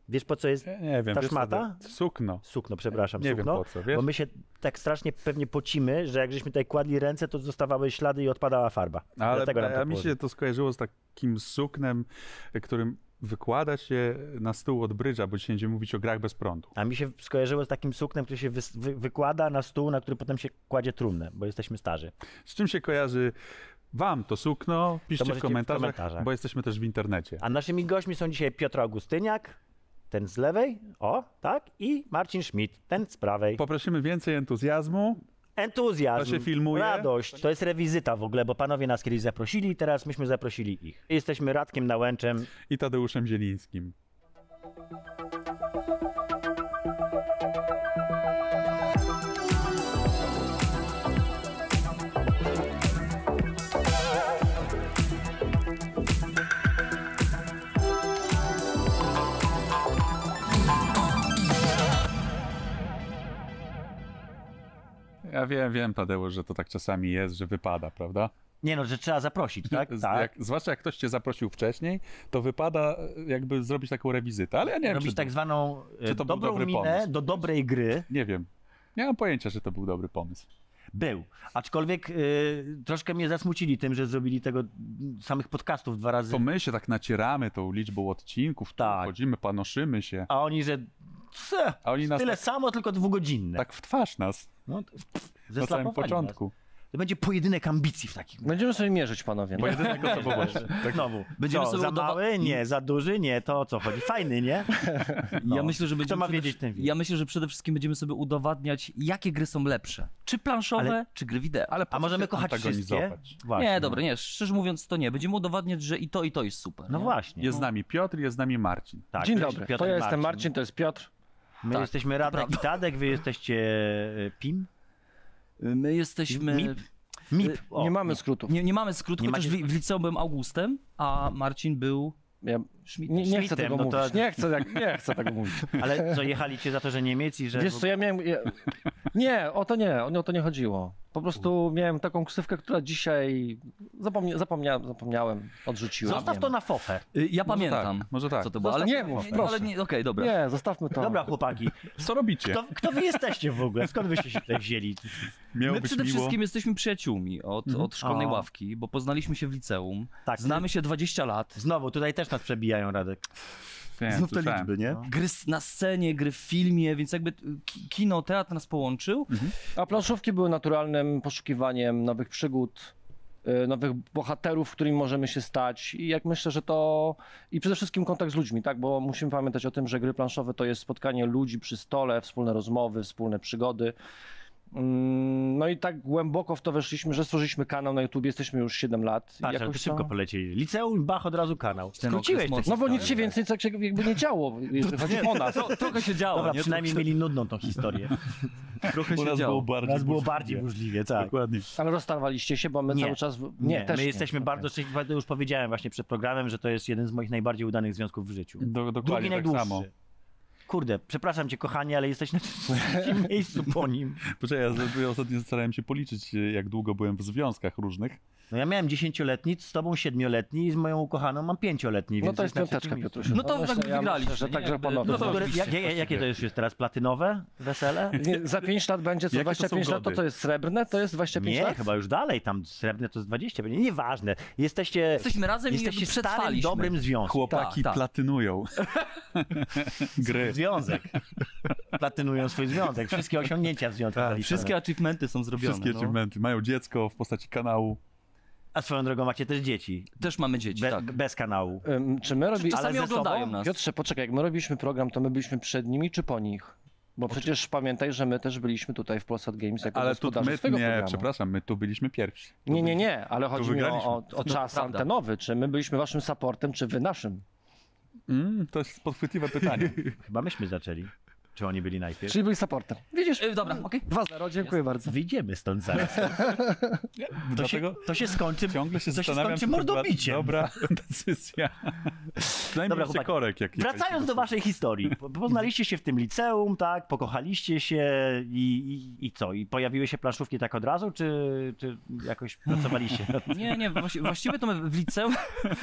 Wiesz, po co jest Nie wiem, ta wiesz, szmata? sukno. Sukno, przepraszam, Nie sukno. wiem po co, wiesz? Bo my się tak strasznie pewnie pocimy, że jak żeśmy tutaj kładli ręce, to zostawały ślady i odpadała farba. Ale Dlatego nam to mi się to skojarzyło z takim suknem, którym wykłada się na stół od brydża, bo dzisiaj będziemy mówić o grach bez prądu. A mi się skojarzyło z takim suknem, który się wykłada na stół, na który potem się kładzie trumnę, bo jesteśmy starzy. Z czym się kojarzy wam to sukno? Piszcie w komentarzach, bo jesteśmy też w internecie. A naszymi gośćmi są dzisiaj Piotr Augustyniak, ten z lewej, tak, i Marcin Schmidt, ten z prawej. Poprosimy więcej entuzjazmu. Entuzjazm, To się filmuje. radość, to jest rewizyta w ogóle, bo panowie nas kiedyś zaprosili i teraz myśmy zaprosili ich. Jesteśmy Radkiem Nałęczem. I Tadeuszem Zielińskim. Ja wiem, Tadeusz, że to tak czasami jest, że wypada, prawda? Nie no, że trzeba zaprosić, tak? Tak. Zwłaszcza jak ktoś cię zaprosił wcześniej, to wypada jakby zrobić taką rewizytę, ale ja nie wiem, Robić tak zwaną czy to był dobrą dobry minę pomysł. do dobrej gry. Nie wiem. Nie mam pojęcia, że to był dobry pomysł. Był. Aczkolwiek troszkę mnie zasmucili tym, że zrobili tego samych podcastów 2 razy. To my się tak nacieramy tą liczbą odcinków, Tak. chodzimy, panoszymy się, A oni, że a oni nas tyle tak, samo, tylko 2-godzinne. tak w twarz nas No, na samym zeslapowali początku. nas. To będzie pojedynek ambicji w takim. Będziemy sobie mierzyć, panowie. Bo jedynego to było. Tak, Znowu. Będziemy Co, sobie za mały? Nie. Za duży? Nie. To o co chodzi? Fajny, nie? No. Ja myślę, że Kto ma wiedzieć, ten wie. Ja myślę, że przede wszystkim będziemy sobie udowadniać, jakie gry są lepsze. Czy planszowe, Ale- czy gry wideo. ale A możemy się kochać wszystkie? antagonizować. Właśnie. Nie, dobra, nie, szczerze mówiąc to nie. Będziemy udowadniać, że i to jest super. No nie? właśnie. Jest z nami Piotr, jest z nami Marcin. Tak, Dzień to dobry, jest Piotr to ja i jestem Marcin, to jest Piotr. My Tak, jesteśmy Radek i Tadek, wy jesteście PIM? My jesteśmy... MIP? MIP. O, Nie mamy skrótów. Nie mamy skrótu, Nie chociaż macie- w liceum byłem Augustem, a Marcin był... Ja Schmidtem. nie chcę Schmidtem, tego no to- mówić. Nie chcę tego mówić. Ale co, jechali cię za to, że Niemiec i że... Wiesz co, ja miałem... Nie, o to nie chodziło. Po prostu miałem taką ksywkę, która dzisiaj zapomniałem, odrzuciłem. Zostaw Nie to wiem. na fofę. Ja pamiętam, może tak. co to było, ale Nie mów, proszę. Okej, dobra. Nie, zostawmy to. Dobra, chłopaki. Co robicie? Kto wy jesteście w ogóle? Skąd wyście się tutaj wzięli? Miało My być przede miło. wszystkim jesteśmy przyjaciółmi od szkolnej O. ławki, bo poznaliśmy się w liceum. Tak. Znamy się 20 lat. Znowu, tutaj też nas przebijają, Radek. Wiem, Znów te słyszałem. liczby, nie? No. Gry na scenie, gry w filmie, więc jakby kino, teatr nas połączył. A planszówki były naturalnym poszukiwaniem nowych przygód, nowych bohaterów, którymi możemy się stać i jak myślę, że to i przede wszystkim kontakt z ludźmi, tak, bo musimy pamiętać o tym, że gry planszowe to jest spotkanie ludzi przy stole, wspólne rozmowy, wspólne przygody. No i tak głęboko w to weszliśmy, że stworzyliśmy kanał na YouTube, jesteśmy już 7 lat. Patrz, ale szybko polecieli. Liceum, bach, od razu kanał. Ten Skróciłeś okres tę mocno. No bo nic historię. się więcej tak jakby nie działo, jeżeli chodzi o nas. Trochę się działo, Dobra, nie? przynajmniej mieli nudną tą historię. Trochę U się nas działo. było bardziej U nas było burzliwie. bardziej burzliwie, tak. Dokładnie. Ale rozstawaliście się, bo my Nie. cały czas... Nie, też my jesteśmy Okej. bardzo szczęśliwi, to już powiedziałem właśnie przed programem, że to jest jeden z moich najbardziej udanych związków w życiu. Drugi Dokładnie tak najdłuższy. samo. Kurde, przepraszam cię kochanie, ale jesteś na trzecim miejscu po nim. Poczekaj, ja ostatnio starałem się policzyć, jak długo byłem w związkach różnych. No ja miałem 10-letni, z tobą 7-letni i z moją ukochaną mam 5-letni, więc No to jest na piąteczka, trzecim miejscu. Piotrusiu. No to myślę, tak wygraliście, myślę, że nie? także Jakby- panowie. no to Które, oczywiście. jakie to już jest teraz? Platynowe wesele? Nie, za 5 lat będzie co? Jakie to są 25 lat gody? to jest srebrne? To jest 25 Nie, lat? chyba już dalej, tam srebrne to jest 20, będzie nieważne. Jesteśmy razem i jesteście jakby starym, przetrwaliśmy. dobrym związkiem. Chłopaki tak. platynują gry. Związek. Platynują swój związek, wszystkie osiągnięcia w związku. zaliczone. Wszystkie achievementy są zrobione. Wszystkie no. achievementy. Mają dziecko w postaci kanału. A swoją drogą macie też dzieci, Też mamy dzieci, tak. bez kanału. Czy my robiliśmy... Czasami ale ze oglądają sobą? nas. Piotrze, poczekaj, jak my robiliśmy program, to my byliśmy przed nimi czy po nich? Bo przecież pamiętaj, że my też byliśmy tutaj w Polsat Games jako Ale tu gospodarze my, swojego nie, programu. przepraszam, my tu byliśmy pierwsi. Nie, ale chodzi mi wygraliśmy. o czas prawda. antenowy. Czy my byliśmy waszym supportem, czy wy naszym? To jest podchwytliwe pytanie. Chyba myśmy zaczęli. Czy oni byli najpierw? Czyli byli supportem. Widzisz? Dobra, okej. 2-0, dziękuję bardzo. Wyjdziemy stąd zaraz. Dlatego To się skończy, ciągle się to się zastanawiam, skończy czy to była mordobiciem. dobra decyzja. Przynajmniej Dobra, jeszcze chłopaki, korek jakiś. Wracając do waszej historii. Poznaliście się w tym liceum, tak? Pokochaliście się i co? I pojawiły się planszówki tak od razu, czy jakoś pracowaliście? Nie, właściwie to my w liceum...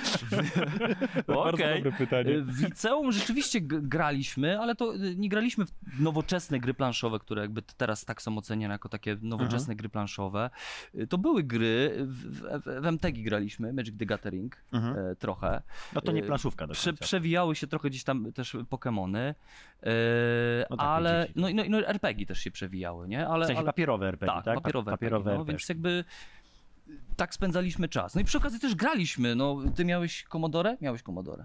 Bardzo Okej. dobre pytanie. W liceum rzeczywiście graliśmy, ale to nie graliśmy w nowoczesne gry planszowe, które jakby teraz tak są oceniane jako takie nowoczesne gry planszowe. To były gry, w MTG graliśmy, Magic the Gathering trochę. No to nie planszówka do końca. Przewijały się trochę gdzieś tam też Pokemony, No tak, ale dzieci. no RPG też się przewijały, nie? Ale, W sensie papierowe RPG, tak? papierowe Papierowe RPG, no, RPG. więc jakby tak spędzaliśmy czas. No i przy okazji też graliśmy. No, ty miałeś Commodore? Miałeś Commodore.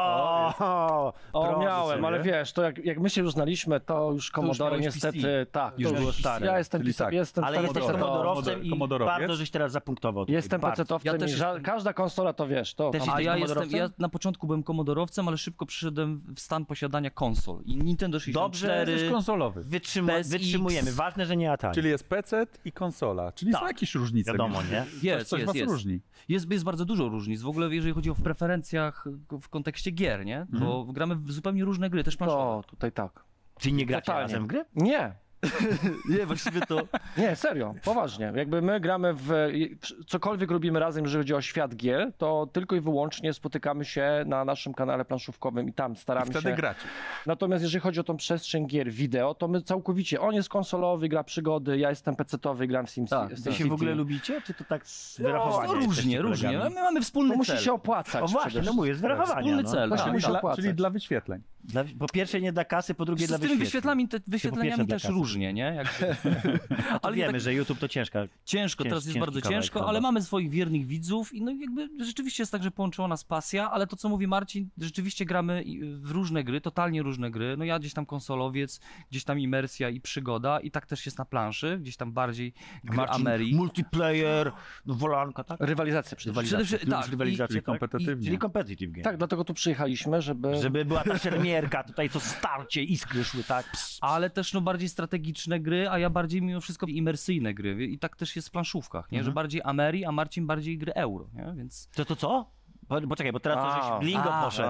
O, proszę miałem, sobie. ale wiesz, to jak my się już znaliśmy, to już Commodore miałeś niestety, PC. tak. Już to było stare. Ja jestem, Czyli tak. jestem Ale stary jesteś PC-towy. komodorowcem i komodorowiec? bardzo żeś teraz zapunktował. tutaj. Jestem Bardzo. PC-towcem Ja też i jestem. każda konsola to wiesz, to Też tam- A jesteś ja komodorowcem? ja na początku byłem komodorowcem, ale szybko przyszedłem w stan posiadania konsol. I Nintendo 64. Jesteś konsolowy. PSX. Wytrzymujemy. Ważne, że nie Atari. Czyli jest PC i konsola. Czyli są jakieś różnice. Wiadomo, między- nie? Jest, coś was jest. różni. Jest bardzo dużo różnic. W ogóle jeżeli chodzi o preferencjach w kontekście gier, nie? Bo gramy w zupełnie różne gry, też planszowe. to tutaj tak. Czyli nie gracie Totalnie. razem w gry? Nie, Nie, właściwie to... nie, serio, poważnie. Jakby my gramy cokolwiek robimy razem, jeżeli chodzi o świat gier, to tylko i wyłącznie spotykamy się na naszym kanale planszówkowym i tam I staramy wtedy się. gracie. Natomiast jeżeli chodzi o tą przestrzeń gier wideo, to my całkowicie, on jest konsolowy, gra przygody, ja jestem PC-towy, gram w SimCity. Tak, Wy się w ogóle lubicie? Czy to tak z wyrachowania No, różnie, jesteście różnie. kolegami? My mamy To wspólny musi cel. się opłacać. O właśnie, przede no mówię, z wyrachowania. Wspólny no. cel, Właśnie tak. musi Czyli opłacać. dla wyświetleń. Po pierwsze nie dla kasy, po drugie dla Z tymi wyświetleń. wyświetleniami pierwsze dla też kasy. różnie, nie? Jakby... Ale wiemy, tak że YouTube to ciężka. ciężko, teraz jest ciężki bardzo kawałek ciężko, chleba. ale mamy swoich wiernych widzów i no jakby rzeczywiście jest tak, że połączyła nas pasja, ale to co mówi Marcin, rzeczywiście gramy w różne gry, totalnie różne gry. No ja gdzieś tam konsolowiec, gdzieś tam imersja i przygoda i tak też jest na planszy, gdzieś tam bardziej gry Ameri. Multiplayer, no wolanka, tak? Rywalizacja przede wszystkim. Przede wszystkim- Lubisz tak, rywalizację, Czyli kompetywnie. Czyli competitive game. Tak, dlatego tu przyjechaliśmy, Żeby była ta szermierka, tutaj to starcie, iskry szły, tak? Pss. Ale też no bardziej strategiczne gry, a ja bardziej mimo wszystko imersyjne gry i tak też jest w planszówkach, nie? Że bardziej Ameri, a Marcin bardziej gry euro, nie? Więc... To co? Poczekaj, bo teraz to żeś w lingo poszedł.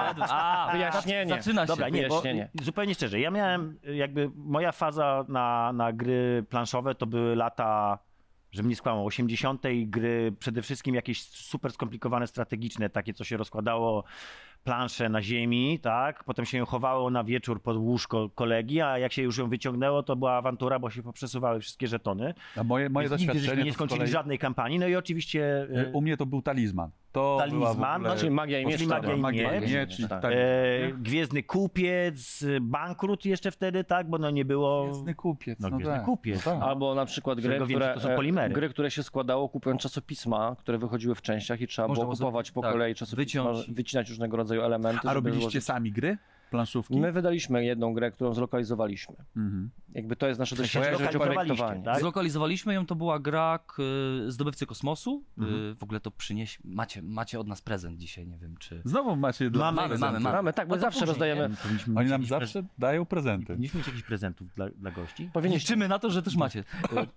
wyjaśnienie. Zaczyna się. Dobra, nie, bo wyjaśnienie. zupełnie szczerze, ja miałem jakby, moja faza na gry planszowe to były lata, żebym nie skłamał, 80. gry, przede wszystkim jakieś super skomplikowane, strategiczne, takie co się rozkładało planszę na ziemi, tak, potem się ją chowało na wieczór pod łóżko kolegi, a jak się już ją wyciągnęło, to była awantura, bo się poprzesuwały wszystkie żetony. A moje Więc nigdy doświadczenie żeśmy nie to z skończyli kolei, żadnej kampanii, no i oczywiście u mnie to był talizman. To Talizman, była w ogóle... Znaczy magia i miecz. Czyli magia i Magia i miecz. miecz, Tak. talizman. Gwiezdny Kupiec, Bankrut jeszcze wtedy, tak, bo no nie było... Gwiezdny kupiec. No, No Gwiezdny tak. Kupiec. No tak. Albo na przykład gry, Czego wiem, że to są polimery. gry, które się składało kupując czasopisma, które wychodziły w częściach i trzeba Można było było kupować po tak, kolei czasopisma, wyciąć. wycinać różnego rodzaju elementy. A żeby robiliście złożyć. sami gry? Planszówki? My wydaliśmy jedną grę, którą zlokalizowaliśmy. Mhm. Jakby to jest nasze sensie doświadczenie, jeżeli chodzi o zlokalizowaliście, projektowanie. tak? Zlokalizowaliśmy ją, to była gra Zdobywcy Kosmosu. W ogóle to macie od nas prezent dzisiaj, nie wiem czy... Znowu macie dla Mamy, prezenty. mamy. Mamy, tak, bo No to zawsze później, rozdajemy. Oni nam zawsze dają prezenty. Powinniśmy mieć jakichś prezentów dla gości? Powinniście, Liczymy na to, że też macie.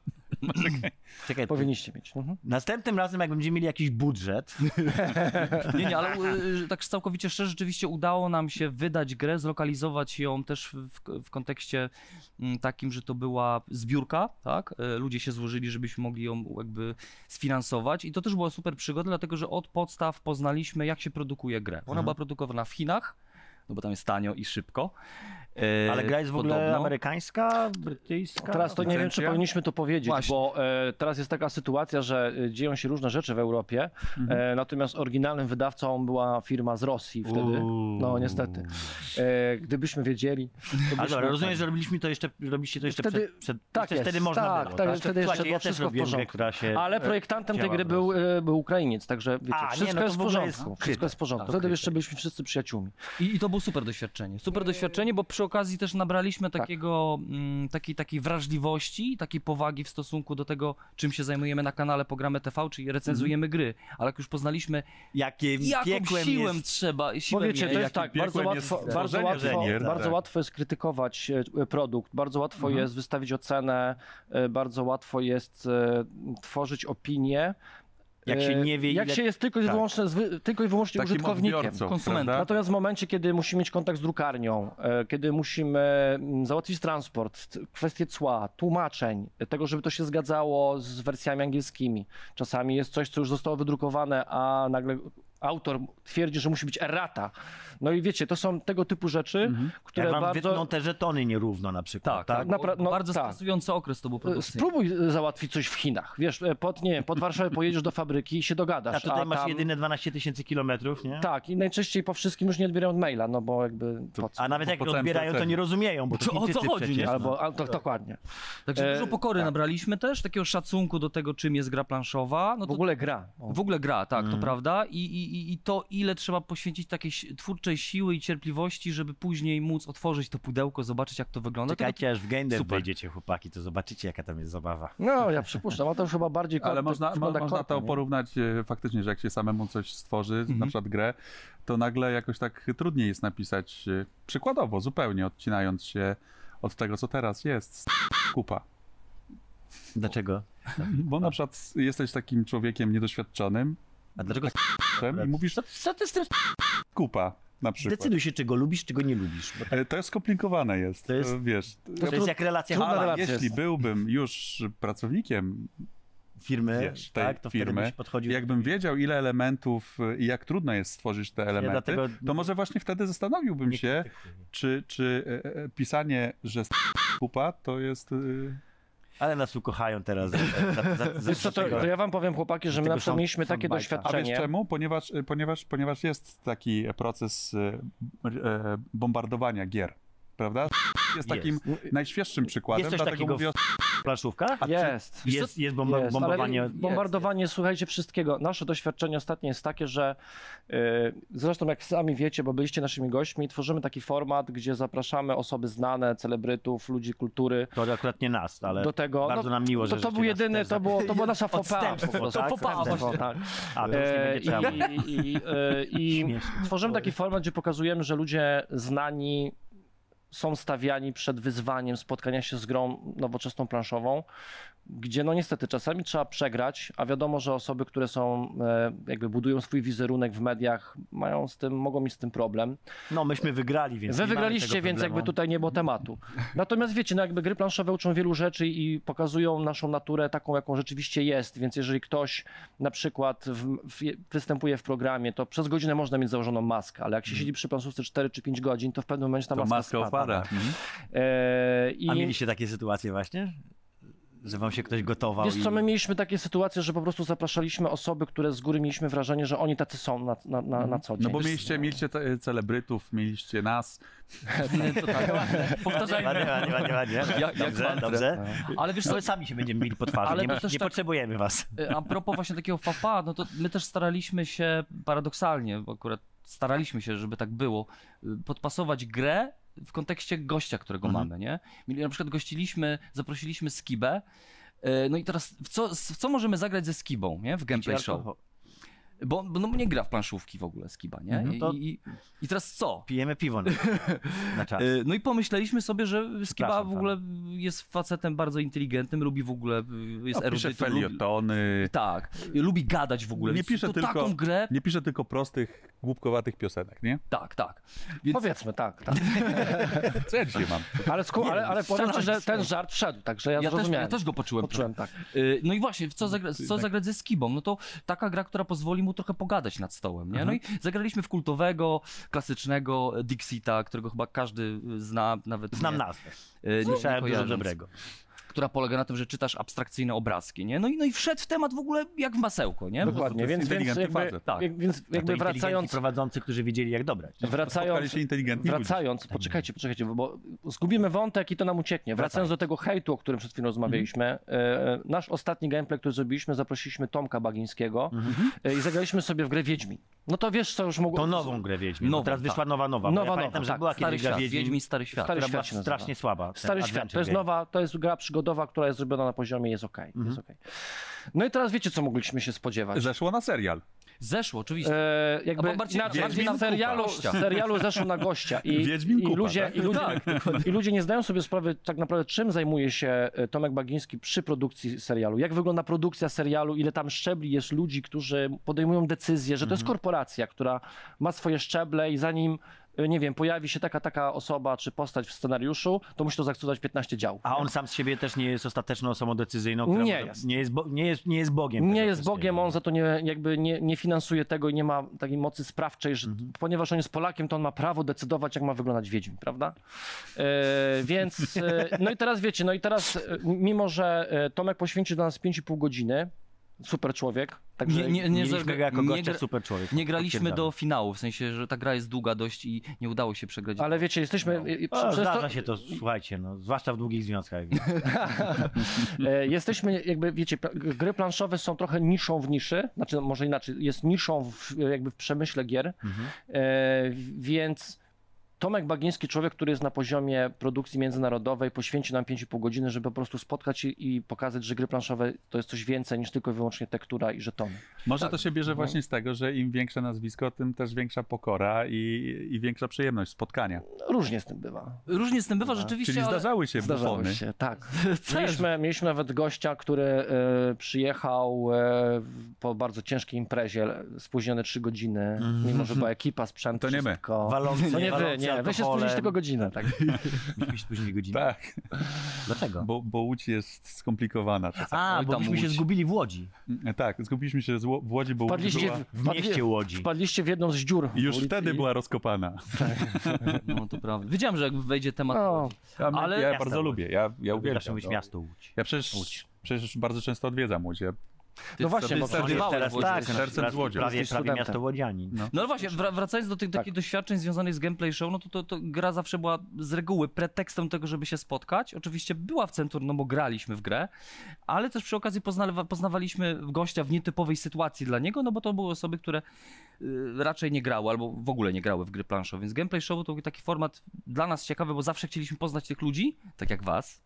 Czekaj, powinniście mieć. następnym razem, jak będziemy mieli jakiś budżet, Nie, ale tak całkowicie szczerze, rzeczywiście udało nam się wydać grę, zlokalizować ją też w kontekście takim, że to była zbiórka, tak? Ludzie się złożyli, żebyśmy mogli ją jakby sfinansować i to też była super przygoda, dlatego że od podstaw poznaliśmy, jak się produkuje grę. Ona była produkowana w Chinach, no bo tam jest tanio i szybko. ale gra jest w ogóle Podobno. amerykańska, brytyjska? Teraz to nie wiem, czy Licencja? powinniśmy to powiedzieć, Właśnie. bo teraz jest taka sytuacja, że dzieją się różne rzeczy w Europie, natomiast oryginalnym wydawcą była firma z Rosji wtedy. No niestety. Gdybyśmy wiedzieli, to A byśmy... dobra, rozumiem, że robiliście to jeszcze Wtedy- tak jeszcze jest, wtedy można tak, było. tak, wtedy jeszcze Słuchajcie, było ja też wszystko w robiłem grę, porządku. która się... Ale projektantem tej działa gry w Rosji. był Ukrainiec, także wiecie, A, nie, wszystko no to jest w w ogóle porządku. jest Wszystko jest w porządku. kryte. Wtedy Kryte. jeszcze byliśmy wszyscy przyjaciółmi. I to było super doświadczenie. Super doświadczenie, bo przy okazji też nabraliśmy takiej wrażliwości, takiej powagi w stosunku do tego, czym się zajmujemy na kanale Pogramy TV, czyli recenzujemy gry. Ale jak już poznaliśmy, jaką siłę trzeba... Bo wiecie, to jest tak, bardzo tak. łatwo jest krytykować produkt, bardzo łatwo jest wystawić ocenę, bardzo łatwo jest tworzyć opinię. Jak się nie wie, jak się jest tylko i wyłącznie Takim użytkownikiem, odbiorcą, konsumentem. prawda? Natomiast w momencie, kiedy musimy mieć kontakt z drukarnią, kiedy musimy załatwić transport, kwestie cła, tłumaczeń, tego, żeby to się zgadzało z wersjami angielskimi. Czasami jest coś, co już zostało wydrukowane, a nagle autor twierdzi, że musi być errata. No i wiecie, to są tego typu rzeczy, które jak wam bardzo... wytną te żetony nierówno na przykład. Tak. Bardzo stresujący okres to był produkcyjny. Spróbuj załatwić coś w Chinach. Wiesz, pod Warszawę pojedziesz do fabryki i się dogadasz. A tutaj masz tam... jedyne 12 000 kilometrów, nie? Tak, i najczęściej po wszystkim już nie odbierają maila, no bo jakby po co? A nawet jak po całym odbierają, to procesie. nie rozumieją, bo to O co Chińczycy chodzi, przecież, nie? Albo dokładnie. Także dużo pokory tak. nabraliśmy też, takiego szacunku do tego, czym jest gra planszowa. No W to ogóle gra. w ogóle gra, tak, to prawda. I to, ile trzeba poświęcić takiej twórczej siły i cierpliwości, żeby później móc otworzyć to pudełko, zobaczyć, jak to wygląda. Czekajcie, aż w Game Dev super. wejdziecie, chłopaki, to zobaczycie, jaka tam jest zabawa. No, ja przypuszczam, a to już chyba bardziej Ale można korpo, to nie? porównać faktycznie, że jak się samemu coś stworzy, na przykład grę, to nagle jakoś tak trudniej jest napisać, przykładowo, zupełnie odcinając się od tego, co teraz jest. Kupa. Dlaczego? Bo na przykład jesteś takim człowiekiem niedoświadczonym A dlaczego? i mówisz Co ty z tym? kupa na przykład. Zdecyduj się, czego lubisz, czego nie lubisz. Bo To jest skomplikowane jest. To jest- Wiesz, to jest jak relacja trudna handlowa. relacja. jeśli jest. byłbym już pracownikiem, firmy, wiesz, tej tak, to wtedy firmy, byś podchodził. jakbym wiedział, ile elementów i jak trudno jest stworzyć te elementy, dlatego- to może właśnie wtedy zastanowiłbym się, czy pisanie, że kupa to jest... Ale nas ukochają teraz. Wiesz co, to ja wam powiem, chłopaki, że my tego na przykład mieliśmy takie soundbite'a. A wiesz doświadczenie. czemu? Ponieważ jest taki proces bombardowania gier, prawda? Jest takim najświeższym przykładem, Jest coś dlatego takiego mówię o... w planszówkach? Jest. Jest bombardowanie. Ale bombardowanie, słuchajcie, wszystkiego. Nasze doświadczenie ostatnie jest takie, że zresztą jak sami wiecie, bo byliście naszymi gośćmi, tworzymy taki format, gdzie zapraszamy osoby znane, celebrytów, ludzi kultury. To akurat nie nas, ale Do tego, bardzo nam miło, że to żeście był nas jedyny, też to była nasza faux pas. Odstępstwo, po prostu. tak? faux pas, Odstępstwo, właśnie. tak. A, to już nie będzie trzeba. I Śmieszne. tworzymy taki format, gdzie pokazujemy, że ludzie znani są stawiani przed wyzwaniem spotkania się z grą nowoczesną planszową, gdzie no niestety czasami trzeba przegrać, a wiadomo, że osoby, które są, jakby budują swój wizerunek w mediach, mogą mieć z tym problem. No, myśmy wygrali, więc Wy nie mamy wygraliście, tego więc problemu. jakby tutaj nie było tematu. Natomiast wiecie, no jakby gry planszowe uczą wielu rzeczy i pokazują naszą naturę taką, jaką rzeczywiście jest, więc jeżeli ktoś na przykład występuje w programie, to przez godzinę można mieć założoną maskę, ale jak się siedzi przy planszówce 4 czy 5 godzin, to w pewnym momencie ta To maska maska spada. opada. A mieliście takie sytuacje właśnie? Że wam się ktoś gotował Wiesz co, my mieliśmy takie sytuacje, że po prostu zapraszaliśmy osoby, które z góry mieliśmy wrażenie, że oni tacy są na co dzień. No bo mieliście celebrytów, mieliście nas. To tak. Powtarzajmy. Ładnie. Jak Dobrze, mantrę. dobrze. Ale wiesz co, No, sami się będziemy mieli po twarzy, Ale nie, to też nie tak- potrzebujemy was. a propos właśnie takiego fapa, no to my też staraliśmy się paradoksalnie, bo akurat staraliśmy się, żeby tak było, podpasować grę w kontekście gościa, którego mamy, nie? Na przykład zaprosiliśmy Skibę, no i teraz w co możemy zagrać ze Skibą, nie? W gameplay show. Bo nie gra w planszówki w ogóle Skiba, nie? To- I teraz co? Pijemy piwo na czas. No i pomyśleliśmy sobie, że Skiba Przepraszam w ogóle jest facetem bardzo inteligentnym, lubi w ogóle, jest No, pisze erudytą, lubi, felietony, tak, lubi gadać w ogóle. Nie Więc pisze to tylko- taką grę, nie pisze tylko prostych, głupkowatych piosenek, nie? tak. Więc Powiedzmy, tak. Co ja dzisiaj mam? Ale powiem ci, że ten żart wszedł, także ja zrozumiałem. ja też go poczułem. Tak. No i właśnie, w co zagrać ze Skibą? No to taka gra, która pozwoli mu trochę pogadać nad stołem, nie? No i zagraliśmy w kultowego, klasycznego Dixita, którego chyba każdy zna, nawet Znam nie, nazwę. nie Słyszałem dużo kojarząc. dobrego. która polega na tym, że czytasz abstrakcyjne obrazki, nie? No i wszedł w temat w ogóle jak w masełko, nie? Dokładnie, To jest więc inteligentny jakby, facet. Tak. więc jakby wracając... prowadzący, którzy wiedzieli jak dobrać. Spotkali się inteligentni ludzie. Wracając, poczekajcie, bo zgubimy wątek i to nam ucieknie. Wracając do tego hejtu, o którym przed chwilą rozmawialiśmy, nasz ostatni gameplay, który zrobiliśmy, zaprosiliśmy Tomka Bagińskiego i zagraliśmy sobie w grę Wiedźmin. No to wiesz, co już mogło... To nową grę Wiedźmin. Nową, Teraz wyszła nowa. Nowa, Ja pamiętam, że tak. była Stary kiedyś gra świat, Wiedźmin, Stary Świat. Stary która była świat się strasznie słaba. ten Stary świat, adventure to jest game. nowa, to jest gra przygodowa, która jest zrobiona na poziomie, jest okej. Jest okej. No i teraz wiecie, co mogliśmy się spodziewać. Zeszło na serial. Zeszło, oczywiście. Jakby Albo bardziej na Kupa. serialu, Gościa. serialu zeszło na gościa Wiedźmin Kupa, tak? i ludzie nie zdają sobie sprawy tak naprawdę, czym zajmuje się Tomek Bagiński przy produkcji serialu, jak wygląda produkcja serialu, ile tam szczebli jest ludzi, którzy podejmują decyzje, że to jest korporacja, która ma swoje szczeble i zanim nie wiem, pojawi się taka osoba czy postać w scenariuszu, to musi to zaakceptować 15 działów. A on sam z siebie też nie jest ostateczną osobą decyzyjną, która Nie może- jest. nie jest Bogiem. Nie tego jest wszystkiego. Bogiem, on za to nie finansuje tego i nie ma takiej mocy sprawczej, że ponieważ on jest Polakiem, to on ma prawo decydować, jak ma wyglądać Wiedźmin, prawda? No i teraz wiecie, mimo że Tomek poświęcił do nas 5,5 godziny, super człowiek, także Mieliśmy go jako nie gościa, gra- super człowiek. Nie graliśmy Potwierdzamy. do finału, w sensie, że ta gra jest długa dość i nie udało się przegrać. ale wiecie, jesteśmy... Zdarza się to, słuchajcie, no, zwłaszcza w długich związkach. Jesteśmy, jakby wiecie, gry planszowe są trochę niszą w niszy, znaczy może inaczej, jest niszą jakby w przemyśle gier, więc Tomek Bagiński, człowiek, który jest na poziomie produkcji międzynarodowej, poświęci nam 5,5 godziny, żeby po prostu spotkać się i pokazać, że gry planszowe to jest coś więcej niż tylko i wyłącznie tektura i żetony. Może to się bierze właśnie z tego, że im większe nazwisko, tym też większa pokora i większa przyjemność spotkania. Różnie z tym bywa. Różnie z tym bywa rzeczywiście, Czyli ale... zdarzały się Zdarzało bufony. się, tak. Mieliśmy nawet gościa, który przyjechał po bardzo ciężkiej imprezie, spóźniony 3 godziny, mimo że była ekipa, sprzęt, To nie my. wszystko. Walący, To nie wy, walący nie. Wy się alkoholem. spóźniliście tylko godzinę, tak. Myśmy spóźnili godzinę. Tak, Dlaczego? bo Łódź jest skomplikowana czasami. A, Oj, bo tam myśmy się Łódź. zgubili w Łodzi. Tak, zgubiliśmy się w Łodzi, bo Łódź Wpadliście była... W mieście Łodzi. Wpadliście w jedną z dziur. I już w ulicy wtedy i- była rozkopana. No to prawda. Wiedziałem, że jak wejdzie temat... No, Ale ja miasta bardzo Łódź. lubię, ja Zawsze uwielbiam mówić to. miasto Łódź. Ja przecież bardzo często odwiedzam Łódź. Ja no właśnie, bo wtedy przecież- Studiowałeś Teraz w Łodzi. tak, sercem teraz z Łodzią. prawie Jesteś studentem. miasto Łodzianin. No właśnie, wracając do tych takich doświadczeń związanych z gameplay show, no to gra zawsze była z reguły pretekstem tego, żeby się spotkać. Oczywiście była w centrum, no bo graliśmy w grę, ale też przy okazji poznawaliśmy gościa w nietypowej sytuacji dla niego, no bo to były osoby, które raczej nie grały albo w ogóle nie grały w gry planszowe, więc gameplay show to był taki format dla nas ciekawy, bo zawsze chcieliśmy poznać tych ludzi, tak jak was.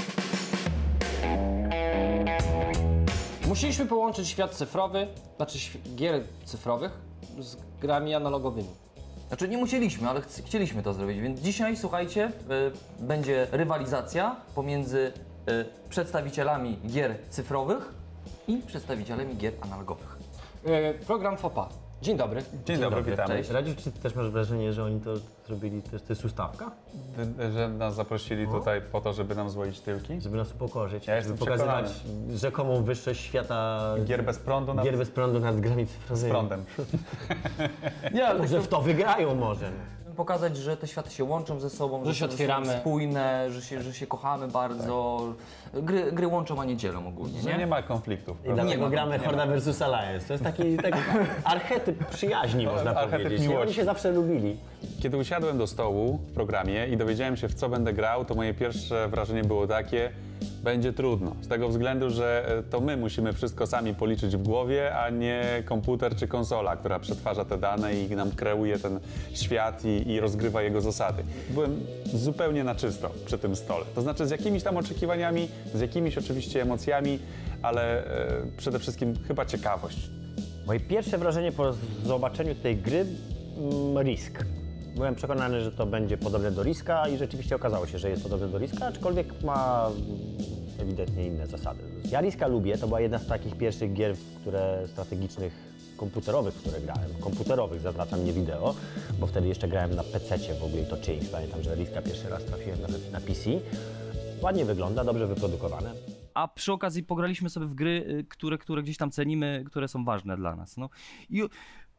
Musieliśmy połączyć świat cyfrowy, znaczy gier cyfrowych z grami analogowymi. Znaczy nie musieliśmy, ale chcieliśmy to zrobić, więc dzisiaj, słuchajcie, będzie rywalizacja pomiędzy przedstawicielami gier cyfrowych i przedstawicielami gier analogowych. Program FOPA. Dzień dobry. Dzień dobry, witamy. Cześć. Radziu, czy też masz wrażenie, że oni to zrobili, to jest ustawka? Że nas zaprosili tutaj po to, żeby nam złoić tyłki? Żeby nas upokorzyć, Ja jestem żeby pokazywać rzekomą wyższość świata Gier bez prądu gier bez prądu nad grami cyfrowymi. z prądem. Nie, może w to wygrają może. Pokazać, że te światy się łączą ze sobą, Że się są otwieramy. spójne, że się kochamy bardzo. Gry łączą, a nie dzielą ogólnie, Nie, nie? ma konfliktów. I prawda? dlatego ma, gramy nie ma. Horda vs Alliance. To jest taki archetyp przyjaźni, można archetyp powiedzieć. I miłości. oni się zawsze lubili. Kiedy usiadłem do stołu w programie i dowiedziałem się, w co będę grał, to moje pierwsze wrażenie było takie: będzie trudno. Z tego względu, że to my musimy wszystko sami policzyć w głowie, a nie komputer czy konsola, która przetwarza te dane i nam kreuje ten świat i rozgrywa jego zasady. Byłem zupełnie na czysto przy tym stole. To znaczy z jakimiś tam oczekiwaniami, z jakimiś oczywiście emocjami, ale przede wszystkim chyba ciekawość. Moje pierwsze wrażenie po zobaczeniu tej gry, Risk. Byłem przekonany, że to będzie podobne do Riska i rzeczywiście okazało się, że jest podobne do Riska, aczkolwiek ma ewidentnie inne zasady. Ja Riska lubię, to była jedna z takich pierwszych gier, strategicznych, komputerowych, w które grałem. Komputerowych, zaznaczam, nie wideo, bo wtedy jeszcze grałem na PC-cie w ogóle i to czyimś. Pamiętam, że Riska pierwszy raz trafiłem na PC. Ładnie wygląda, dobrze wyprodukowane. A przy okazji pograliśmy sobie w gry, które gdzieś tam cenimy, które są ważne dla nas. No.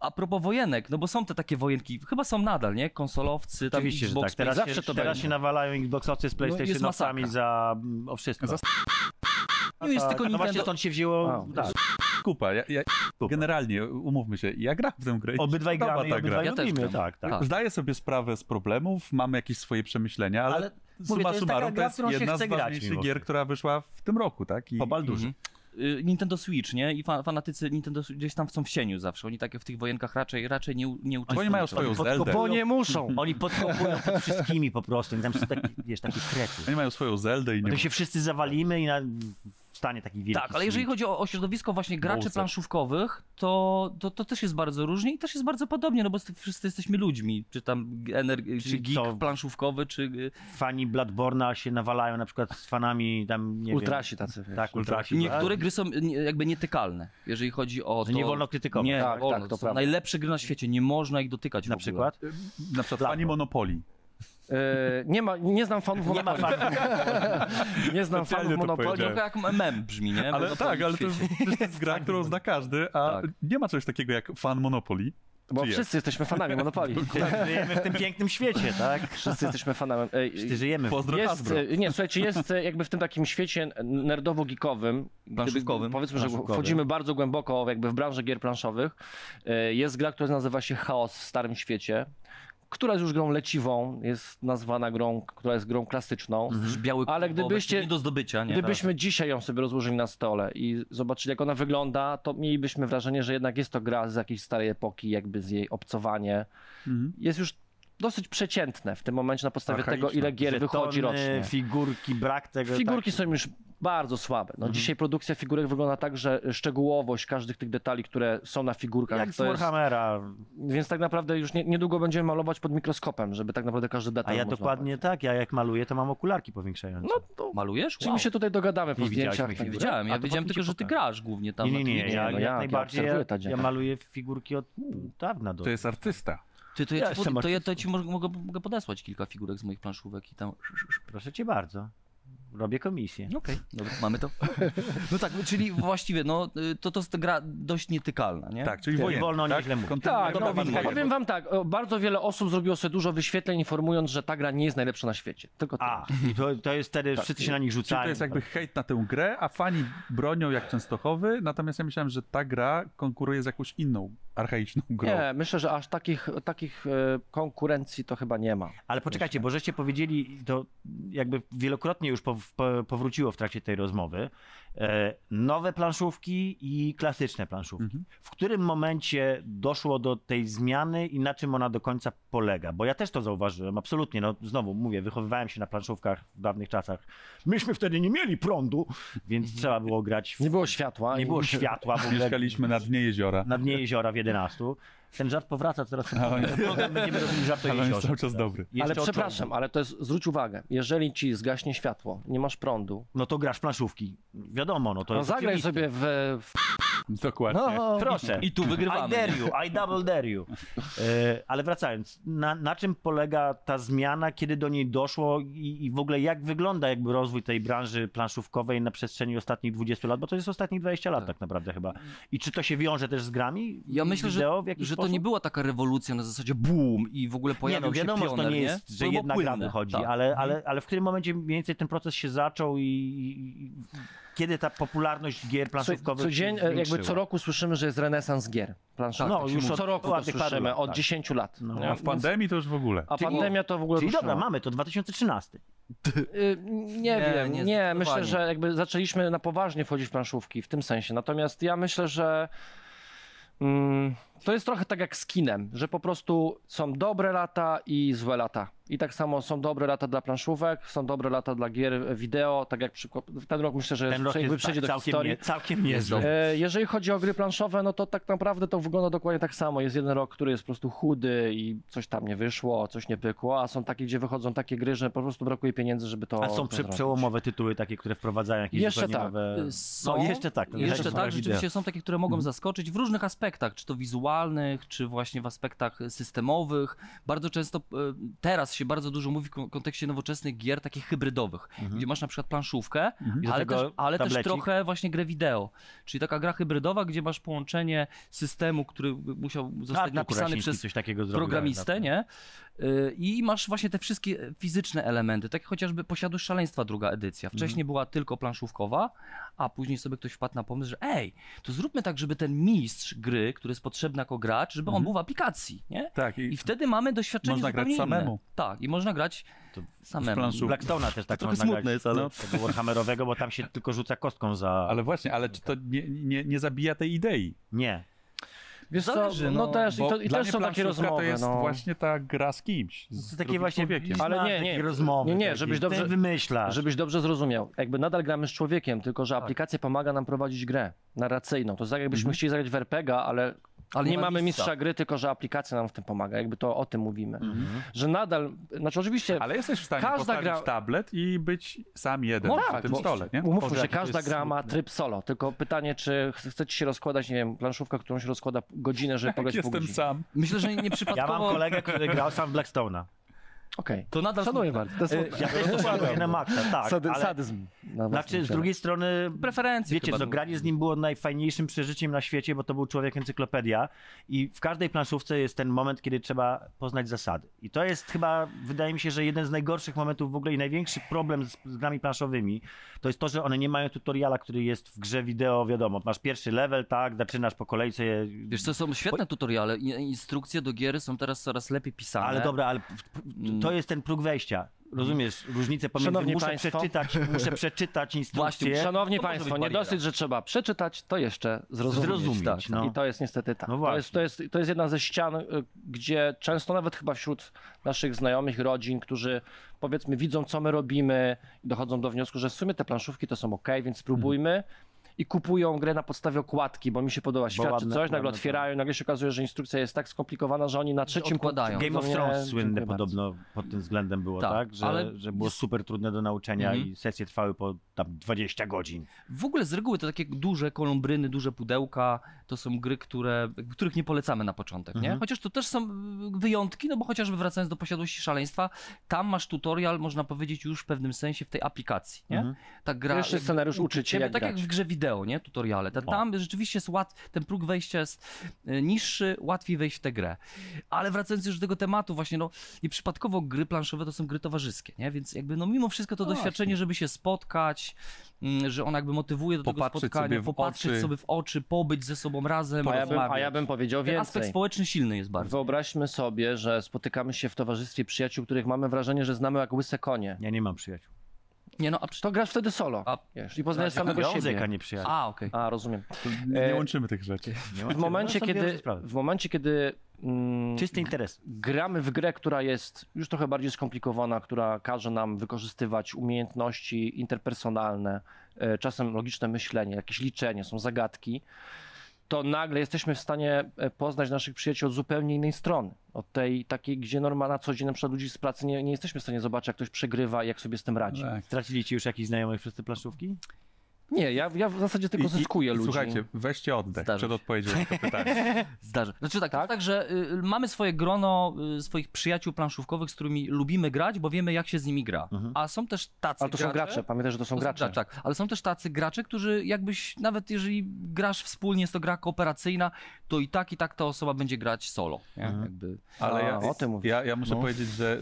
A propos wojenek, no bo są te takie wojenki, chyba są nadal, nie? Konsolowcy, tam Oczywiście, że Xbox, tak. zawsze to Teraz będzie. się nawalają Xboxowcy z PlayStationowcami masakra. o wszystko. No jest tylko No właśnie Nintendo. stąd się wzięło... A, tak. Kupa. Generalnie, umówmy się, ja gram w tę grę. i Obydwaj podoba gramy i ta gra. obydwaj Ja też lubimy, gram. tak, tak. Tak. Zdaję sobie sprawę z problemów, mamy jakieś swoje przemyślenia, ale, Ale mówię, summa to jest taka summarum to gra, jest którą się jedna chce z grać ważniejszych mimo gier, wszystko. która wyszła w tym roku, tak? I Po Baldurze. Nintendo Switch, nie? I fanatycy Nintendo gdzieś tam są w cieniu zawsze. Oni takie w tych wojenkach raczej nie uczestniczą. Oni mają swoją Zeldę. Bo nie muszą. Oni podkopują pod wszystkimi po prostu. I tam są takie, wiesz, takie krety. Oni mają swoją Zeldę i nie To się wszyscy zawalimy i stanie taki wielki Tak, ale jeżeli Switch. chodzi o środowisko właśnie graczy Bowser. planszówkowych, to też jest bardzo różnie i też jest bardzo podobnie, no bo wszyscy jesteśmy ludźmi, czy tam czy geek co? planszówkowy, czy... Fani Bloodborne'a się nawalają na przykład z fanami tam, nie Ultrasi tacy, wiesz. wiem. Tak, ultrasi. Niektóre gry są jakby nietykalne, jeżeli chodzi o to... Że nie wolno krytykować. Nie, Tak, wolno. tak, to To są prawda. najlepsze gry na świecie, nie można ich dotykać Na w ogóle. przykład? Na przykład fani Monopolii. Nie znam fanów Nie ma Monopoli. fanów. Nie znam Specjalnie fanów to Monopoli. powiedziałem. Trochę jak mem brzmi, nie? Ale Monopoly tak, w ale to jest, świecie. to jest gra, którą zna każdy, a Tak. nie ma czegoś takiego jak fan Monopoly. Bo Czy jest? wszyscy jesteśmy fanami Monopoli. Żyjemy w tym pięknym świecie, tak? Wszyscy jesteśmy fanami. Wszyscy żyjemy. Pozdro Jest, Hasbro. nie, słuchajcie, jest jakby w tym takim świecie nerdowo-geekowym, gdyby- Planszówkowym. powiedzmy, że Planszówkowym. wchodzimy bardzo głęboko jakby w branżę gier planszowych. Jest gra, która nazywa się Chaos w Starym Świecie, która jest już grą leciwą, jest nazwana grą, która jest grą klasyczną. Biały Ale kubek, gdybyście- nie do zdobycia, nie? Gdybyśmy dzisiaj ją sobie rozłożyli na stole i zobaczyli, jak ona wygląda, to mielibyśmy wrażenie, że jednak jest to gra z jakiejś starej epoki, jakby z jej obcowanie. Jest już dosyć przeciętne w tym momencie na podstawie tego, Archaiczne. ile gier wychodzi Żetony, rocznie. figurki, brak tego. Figurki tak. są już bardzo słabe. No, Dzisiaj produkcja figurek wygląda tak, że szczegółowość każdych tych detali, które są na figurkach, Jak z to jest, Warhammera. więc tak naprawdę już niedługo będziemy malować pod mikroskopem, żeby tak naprawdę każdy A detal ja można dokładnie tak, ja jak maluję, to mam okularki powiększające. No to Malujesz? czy my się tutaj dogadamy po Nie widziałeś zdjęciach? moich tak? figurek? Widziałem, A ja to wiedziałem potem tylko, ci że ty pokażę. grasz głównie tam nie, na nie, Twitchu. ja, no jak jak najbardziej obserwuję ta dzieła. ja maluję figurki od dawna do... To jest artysta. To Ja ja jestem ci mogę podesłać kilka figurek z moich planszówek i tam... Proszę cię bardzo. Robię komisję. Okej, dobra, mamy to. No tak, czyli właściwie, no, to jest gra dość nietykalna, nie? Tak, czyli Nie wojenny, wolno tak? nieźle mówić. Kontynuuję. Tak, Dobra, no, wojenny. powiem wam tak, bardzo wiele osób zrobiło sobie dużo wyświetleń, informując, że ta gra nie jest najlepsza na świecie. Tylko tyle. A, i to jest wtedy, wszyscy się na nich Czyli rzucają. to jest jakby hejt na tę grę, a fani bronią jak Częstochowy, natomiast ja myślałem, że ta gra konkuruje z jakąś inną, archaiczną grą. Nie, myślę, że aż takich konkurencji to chyba nie ma. Ale poczekajcie, bo żeście powiedzieli, to jakby wielokrotnie już powróciło w trakcie tej rozmowy, nowe planszówki i klasyczne planszówki. W którym momencie doszło do tej zmiany i na czym ona do końca polega? Bo ja też to zauważyłem, absolutnie. No znowu mówię, wychowywałem się na planszówkach w dawnych czasach. Myśmy wtedy nie mieli prądu, więc trzeba było grać. Nie było światła. Nie było światła w ogóle. Mieszkaliśmy na dnie jeziora. Na dnie jeziora w 11. Ten żart powraca coraz będziemy robili żart o Ale on jest jeziorze. cały czas dobry. Jeszcze Ale o przepraszam, ale to jest, zwróć uwagę, jeżeli ci zgaśnie światło, nie masz prądu, No to grasz w planszówki. Wiadomo, no to no jest zagraj oczywiste. sobie Dokładnie. No, Proszę. I tu wygrywamy. I dare you, I double dare you. Ale wracając, na czym polega ta zmiana, kiedy do niej doszło i w ogóle jak wygląda jakby rozwój tej branży planszówkowej na przestrzeni ostatnich 20 lat, bo to jest ostatnich 20 lat tak naprawdę chyba. I czy to się wiąże też z grami? Ja myślę, wideo w jakiś że to sposób? nie była taka rewolucja na zasadzie boom i w ogóle Nie, pojawił no wiadomo, się że pioner, to nie jest, że To było jedna gra płynne, wychodzi, tak. ale w którym momencie mniej więcej ten proces się zaczął i kiedy ta popularność gier planszówkowych Codziennie, się jakby zwiększyła? co roku słyszymy, że jest renesans gier planszowych. No, już od co roku to ładnych paru słyszymy, lat, od tak. 10 lat. No. nie? A w pandemii to już w ogóle. A pandemia to w ogóle Czyli ruszyła. dobra, mamy to 2013. Nie wiem, nie, nie, myślę, zdecydowanie. że jakby zaczęliśmy na poważnie wchodzić w planszówki w tym sensie. Natomiast ja myślę, że to jest trochę tak jak z kinem, że po prostu są dobre lata i złe lata. I tak samo są dobre lata dla planszówek, są dobre lata dla gier wideo, tak jak przykład, ten rok myślę, że Ten rok jakby jest przejdzie do historii. całkiem niezły. Jeżeli chodzi o gry planszowe, no to tak naprawdę to wygląda dokładnie tak samo. Jest jeden rok, który jest po prostu chudy i coś tam nie wyszło, coś nie pykło, a są takie, gdzie wychodzą takie gry, że po prostu brakuje pieniędzy, żeby to A są to zrobić. przełomowe tytuły takie, które wprowadzają jakieś Jeszcze zupełnie tak. nowe... Są, No, jeszcze tak. Jeszcze tak, rzeczywiście są takie, które mogą zaskoczyć w różnych aspektach, czy to wizualnie, wizualnych, czy właśnie w aspektach systemowych. Bardzo często, teraz się bardzo dużo mówi w kontekście nowoczesnych gier takich hybrydowych, gdzie masz na przykład planszówkę, I do tego ale też tablecik. trochę właśnie grę wideo. Czyli taka gra hybrydowa, gdzie masz połączenie systemu, który musiał zostać Artur napisany Kurasiński przez coś takiego zrobił, programistę, tak. nie? I masz właśnie te wszystkie fizyczne elementy, tak jak chociażby Posiadłość Szaleństwa druga edycja. Wcześniej była tylko planszówkowa, a później sobie ktoś wpadł na pomysł, że to zróbmy tak, żeby ten mistrz gry, który jest potrzebny jako gracz, żeby on był w aplikacji, nie? Tak, I wtedy mamy doświadczenie można grać zupełnie inne. samemu. Tak, i można grać samemu. planszówką. Blackstone'a też tak trochę można smutne grać, jest, ale- no, tego Warhammerowego, bo tam się tylko rzuca kostką za... Ale właśnie, ale czy to nie zabija tej idei? Nie. Wiesz Zależy, co, no też, Bo i dla też mnie są takie planszówka rozmowy. to jest no. właśnie ta gra z kimś, z To takie drugim właśnie człowiekiem. Ale ale nie, nie, nie. rozmowy. Nie, takie. żebyś dobrze- Ty wymyślasz. Żebyś dobrze zrozumiał. Jakby nadal gramy z człowiekiem, tylko Tak. że aplikacja pomaga nam prowadzić grę narracyjną. To jest tak, jakbyśmy chcieli zagrać w RPG, ale nie ma mamy mistrza. mistrza gry, tylko że aplikacja nam w tym pomaga. Jakby to o tym mówimy. Że nadal, znaczy oczywiście... Ale jesteś w stanie Każda postawić gra- tablet i być sam jeden No przy tak, tym bo- stole, nie? Umówmy Boże, się, jakie to każda jest gra ma smutne. tryb solo, tylko pytanie, czy chce ci się rozkładać, nie wiem, planszówka, którą się rozkłada godzinę, żeby pograć pół Jestem godziny. sam. Myślę, że Ja mam nieprzypadkowo... kolegę, który grał sam w Blackstone'a. Okej. To nadal Szanuję smutne. bardzo. To jest Ja też to na maksa, tak. ale, sadyzm. na własnym znaczy, z ciele. drugiej strony, Preferencje wiecie chyba co, tu. granie z nim było najfajniejszym przeżyciem na świecie, bo to był człowiek encyklopedia i w każdej planszówce jest ten moment, kiedy trzeba poznać zasady. I to jest chyba, wydaje mi się, że jeden z najgorszych momentów w ogóle i największy problem z grami planszowymi, to jest to, że one nie mają tutoriala, który jest w grze wideo, wiadomo, masz pierwszy level, tak, zaczynasz po kolejce. Wiesz co, są świetne tutoriale, instrukcje do gier są teraz coraz lepiej pisane. Ale dobra, ale to jest ten próg wejścia. Rozumiesz różnicę pomiędzy Szanowni muszę państwo. przeczytać instrukcję. Właśnie, Szanowni To może Państwo, być nie bariera. dosyć, że trzeba przeczytać, to jeszcze zrozumieć. Tak, no. I to jest niestety tak. No to, właśnie. to jest jedna ze ścian, gdzie często nawet chyba wśród naszych znajomych, rodzin, którzy powiedzmy widzą, co my robimy i dochodzą do wniosku, że w sumie te planszówki to są ok, więc spróbujmy. I kupują grę na podstawie okładki, bo mi się podoba świat czy ładne- coś, nagle ładne otwierają, nagle się okazuje, że instrukcja jest tak skomplikowana, że oni na trzecim odkładają. Game of Nie, Thrones słynne dziękuję bardzo. podobno pod tym względem było, Tak, tak? Że, ale że było jest- super trudne do nauczenia Mhm. i sesje trwały po tam 20 godzin. W ogóle z reguły to takie duże kolumbryny, duże pudełka, to są gry, których nie polecamy na początek, nie? Chociaż to też są wyjątki, no bo chociażby wracając do Posiadłości Szaleństwa, tam masz tutorial, można powiedzieć już w pewnym sensie w tej aplikacji, nie? Ta gra... Pierwszy scenariusz uczy cię, jak tak jak grać. w grze wideo, nie? Tutoriale. Tam rzeczywiście jest ten próg wejścia jest niższy, łatwiej wejść w tę grę. Ale wracając już do tego tematu właśnie, no nieprzypadkowo gry planszowe to są gry towarzyskie, nie? Więc jakby no mimo wszystko to doświadczenie, żeby się spotkać, że ona jakby motywuje do tego Popatrzeć spotkania, sobie w popatrzeć oczy. sobie w oczy, pobyć ze sobą razem. A ja bym powiedział Ten aspekt więcej. społeczny silny jest bardzo. Wyobraźmy sobie, że spotykamy się w towarzystwie przyjaciół, których mamy wrażenie, że znamy jak łyse konie. Ja nie mam przyjaciół. Nie no, To grasz wtedy solo. A- Wiesz, i poznajesz samego Związek, a siebie. nie przyjaciół. okej. A, rozumiem. Nie łączymy tych rzeczy. W momencie, kiedy Czysty interes. gramy w grę, która jest już trochę bardziej skomplikowana, która każe nam wykorzystywać umiejętności interpersonalne, czasem logiczne myślenie, jakieś liczenie, są zagadki, to nagle jesteśmy w stanie poznać naszych przyjaciół od zupełnie innej strony. Od tej takiej, gdzie na co dzień na przykład ludzi z pracy nie jesteśmy w stanie zobaczyć, jak ktoś przegrywa i jak sobie z tym radzi. Tak. Stracili ci już jakichś znajomych przez te planszówki? Nie, ja w zasadzie tylko zyskuję ludzi. Słuchajcie, weźcie oddech Zdarzy przed się. odpowiedzią na to pytanie. Zdarzy. Znaczy tak, Tak? tak że mamy swoje grono swoich przyjaciół planszówkowych, z którymi lubimy grać, bo wiemy jak się z nimi gra. A są też tacy Ale to są gracze, pamiętaj, że to są gracze. Tak, ale są też tacy gracze, którzy jakbyś, nawet jeżeli grasz wspólnie, jest to gra kooperacyjna, to i tak ta osoba będzie grać solo. Nie? Jakby... Ale A, o tym mówisz. ja muszę powiedzieć, że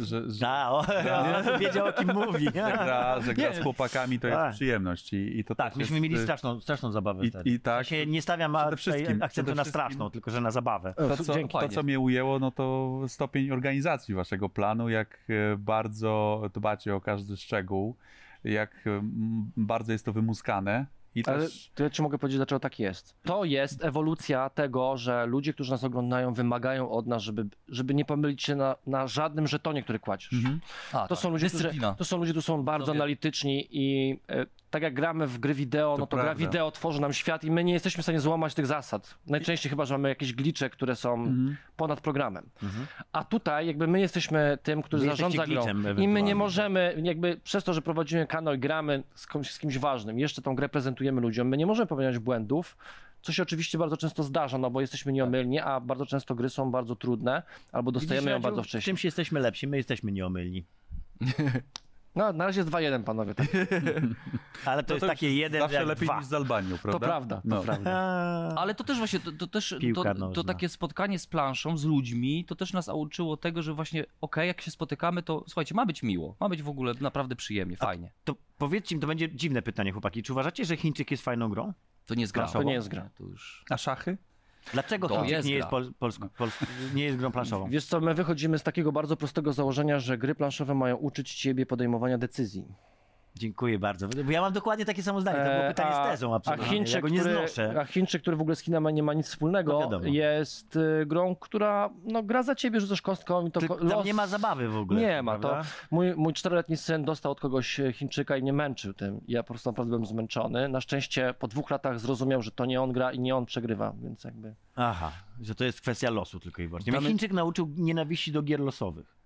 Wiedział o kim mówi. że gra z chłopakami to jest Tak. przyjemność i to Tak, też myśmy jest, mieli straszną zabawę wtedy. i tak, Ja się nie stawiam przede wszystkim- akcentu przede na wszystkim- straszną, tylko że na zabawę. Dzięki. to, co mnie ujęło, no to stopień organizacji waszego planu, jak bardzo dbacie o każdy szczegół, jak bardzo jest to wymuskane. I Ale też to ja ci mogę powiedzieć, dlaczego tak jest. To jest ewolucja tego, że ludzie, którzy nas oglądają, wymagają od nas, żeby nie pomylić się na żadnym żetonie, który kładziesz. To są ludzie, którzy są bardzo Sobie. analityczni i tak jak gramy w gry wideo, no to gra prawda. wideo tworzy nam świat i my nie jesteśmy w stanie złamać tych zasad. Najczęściej chyba, że mamy jakieś glicze, które są ponad programem. A tutaj jakby my jesteśmy tym, który Wy zarządza jesteście grą. glitchem I my ewentualnie. nie możemy, jakby przez to, że prowadzimy kanał i gramy z kimś ważnym, jeszcze tą grę prezentujemy ludziom, my nie możemy popełniać błędów, co się oczywiście bardzo często zdarza, no bo jesteśmy nieomylni, a bardzo często gry są bardzo trudne, albo dostajemy ją bardzo W wcześnie. czymś jesteśmy lepsi, my jesteśmy nieomylni. No, na razie jest 2-1, panowie. Tak. Ale to jest takie jeden Zawsze jak lepiej dwa. niż z Albanią, prawda? To prawda, to No. prawda. Ale to też właśnie, Piłka to nożna. takie spotkanie z planszą, z ludźmi, to też nas uczyło tego, że właśnie jak się spotykamy, to słuchajcie, ma być miło, ma być w ogóle naprawdę przyjemnie, fajnie. To powiedzcie mi, to będzie dziwne pytanie, chłopaki. Czy uważacie, że Chińczyk jest fajną grą? To nie jest gra. To nie jest gra. To już... A szachy? Dlaczego To Chińczyk jest nie jest, gra. nie jest grą planszową? Wiesz co, my wychodzimy z takiego bardzo prostego założenia, że gry planszowe mają uczyć ciebie podejmowania decyzji. Dziękuję bardzo. Bo ja mam dokładnie takie samo zdanie. To było pytanie z tezą absolutnie. Ja go nie znoszę. A Chińczyk, który w ogóle z Chinami nie ma nic wspólnego, No wiadomo. jest grą, która gra za ciebie, rzucasz kostką i to Tam nie ma zabawy w ogóle. Nie ma. prawda? Mój 4-letni syn dostał od kogoś Chińczyka i nie męczył tym. Ja po prostu naprawdę byłem zmęczony. Na szczęście po 2 latach zrozumiał, że to nie on gra i nie on przegrywa, więc jakby... Aha, że to jest kwestia losu tylko i wyłącznie. Mnie Mamy- Chińczyk nauczył nienawiści do gier losowych.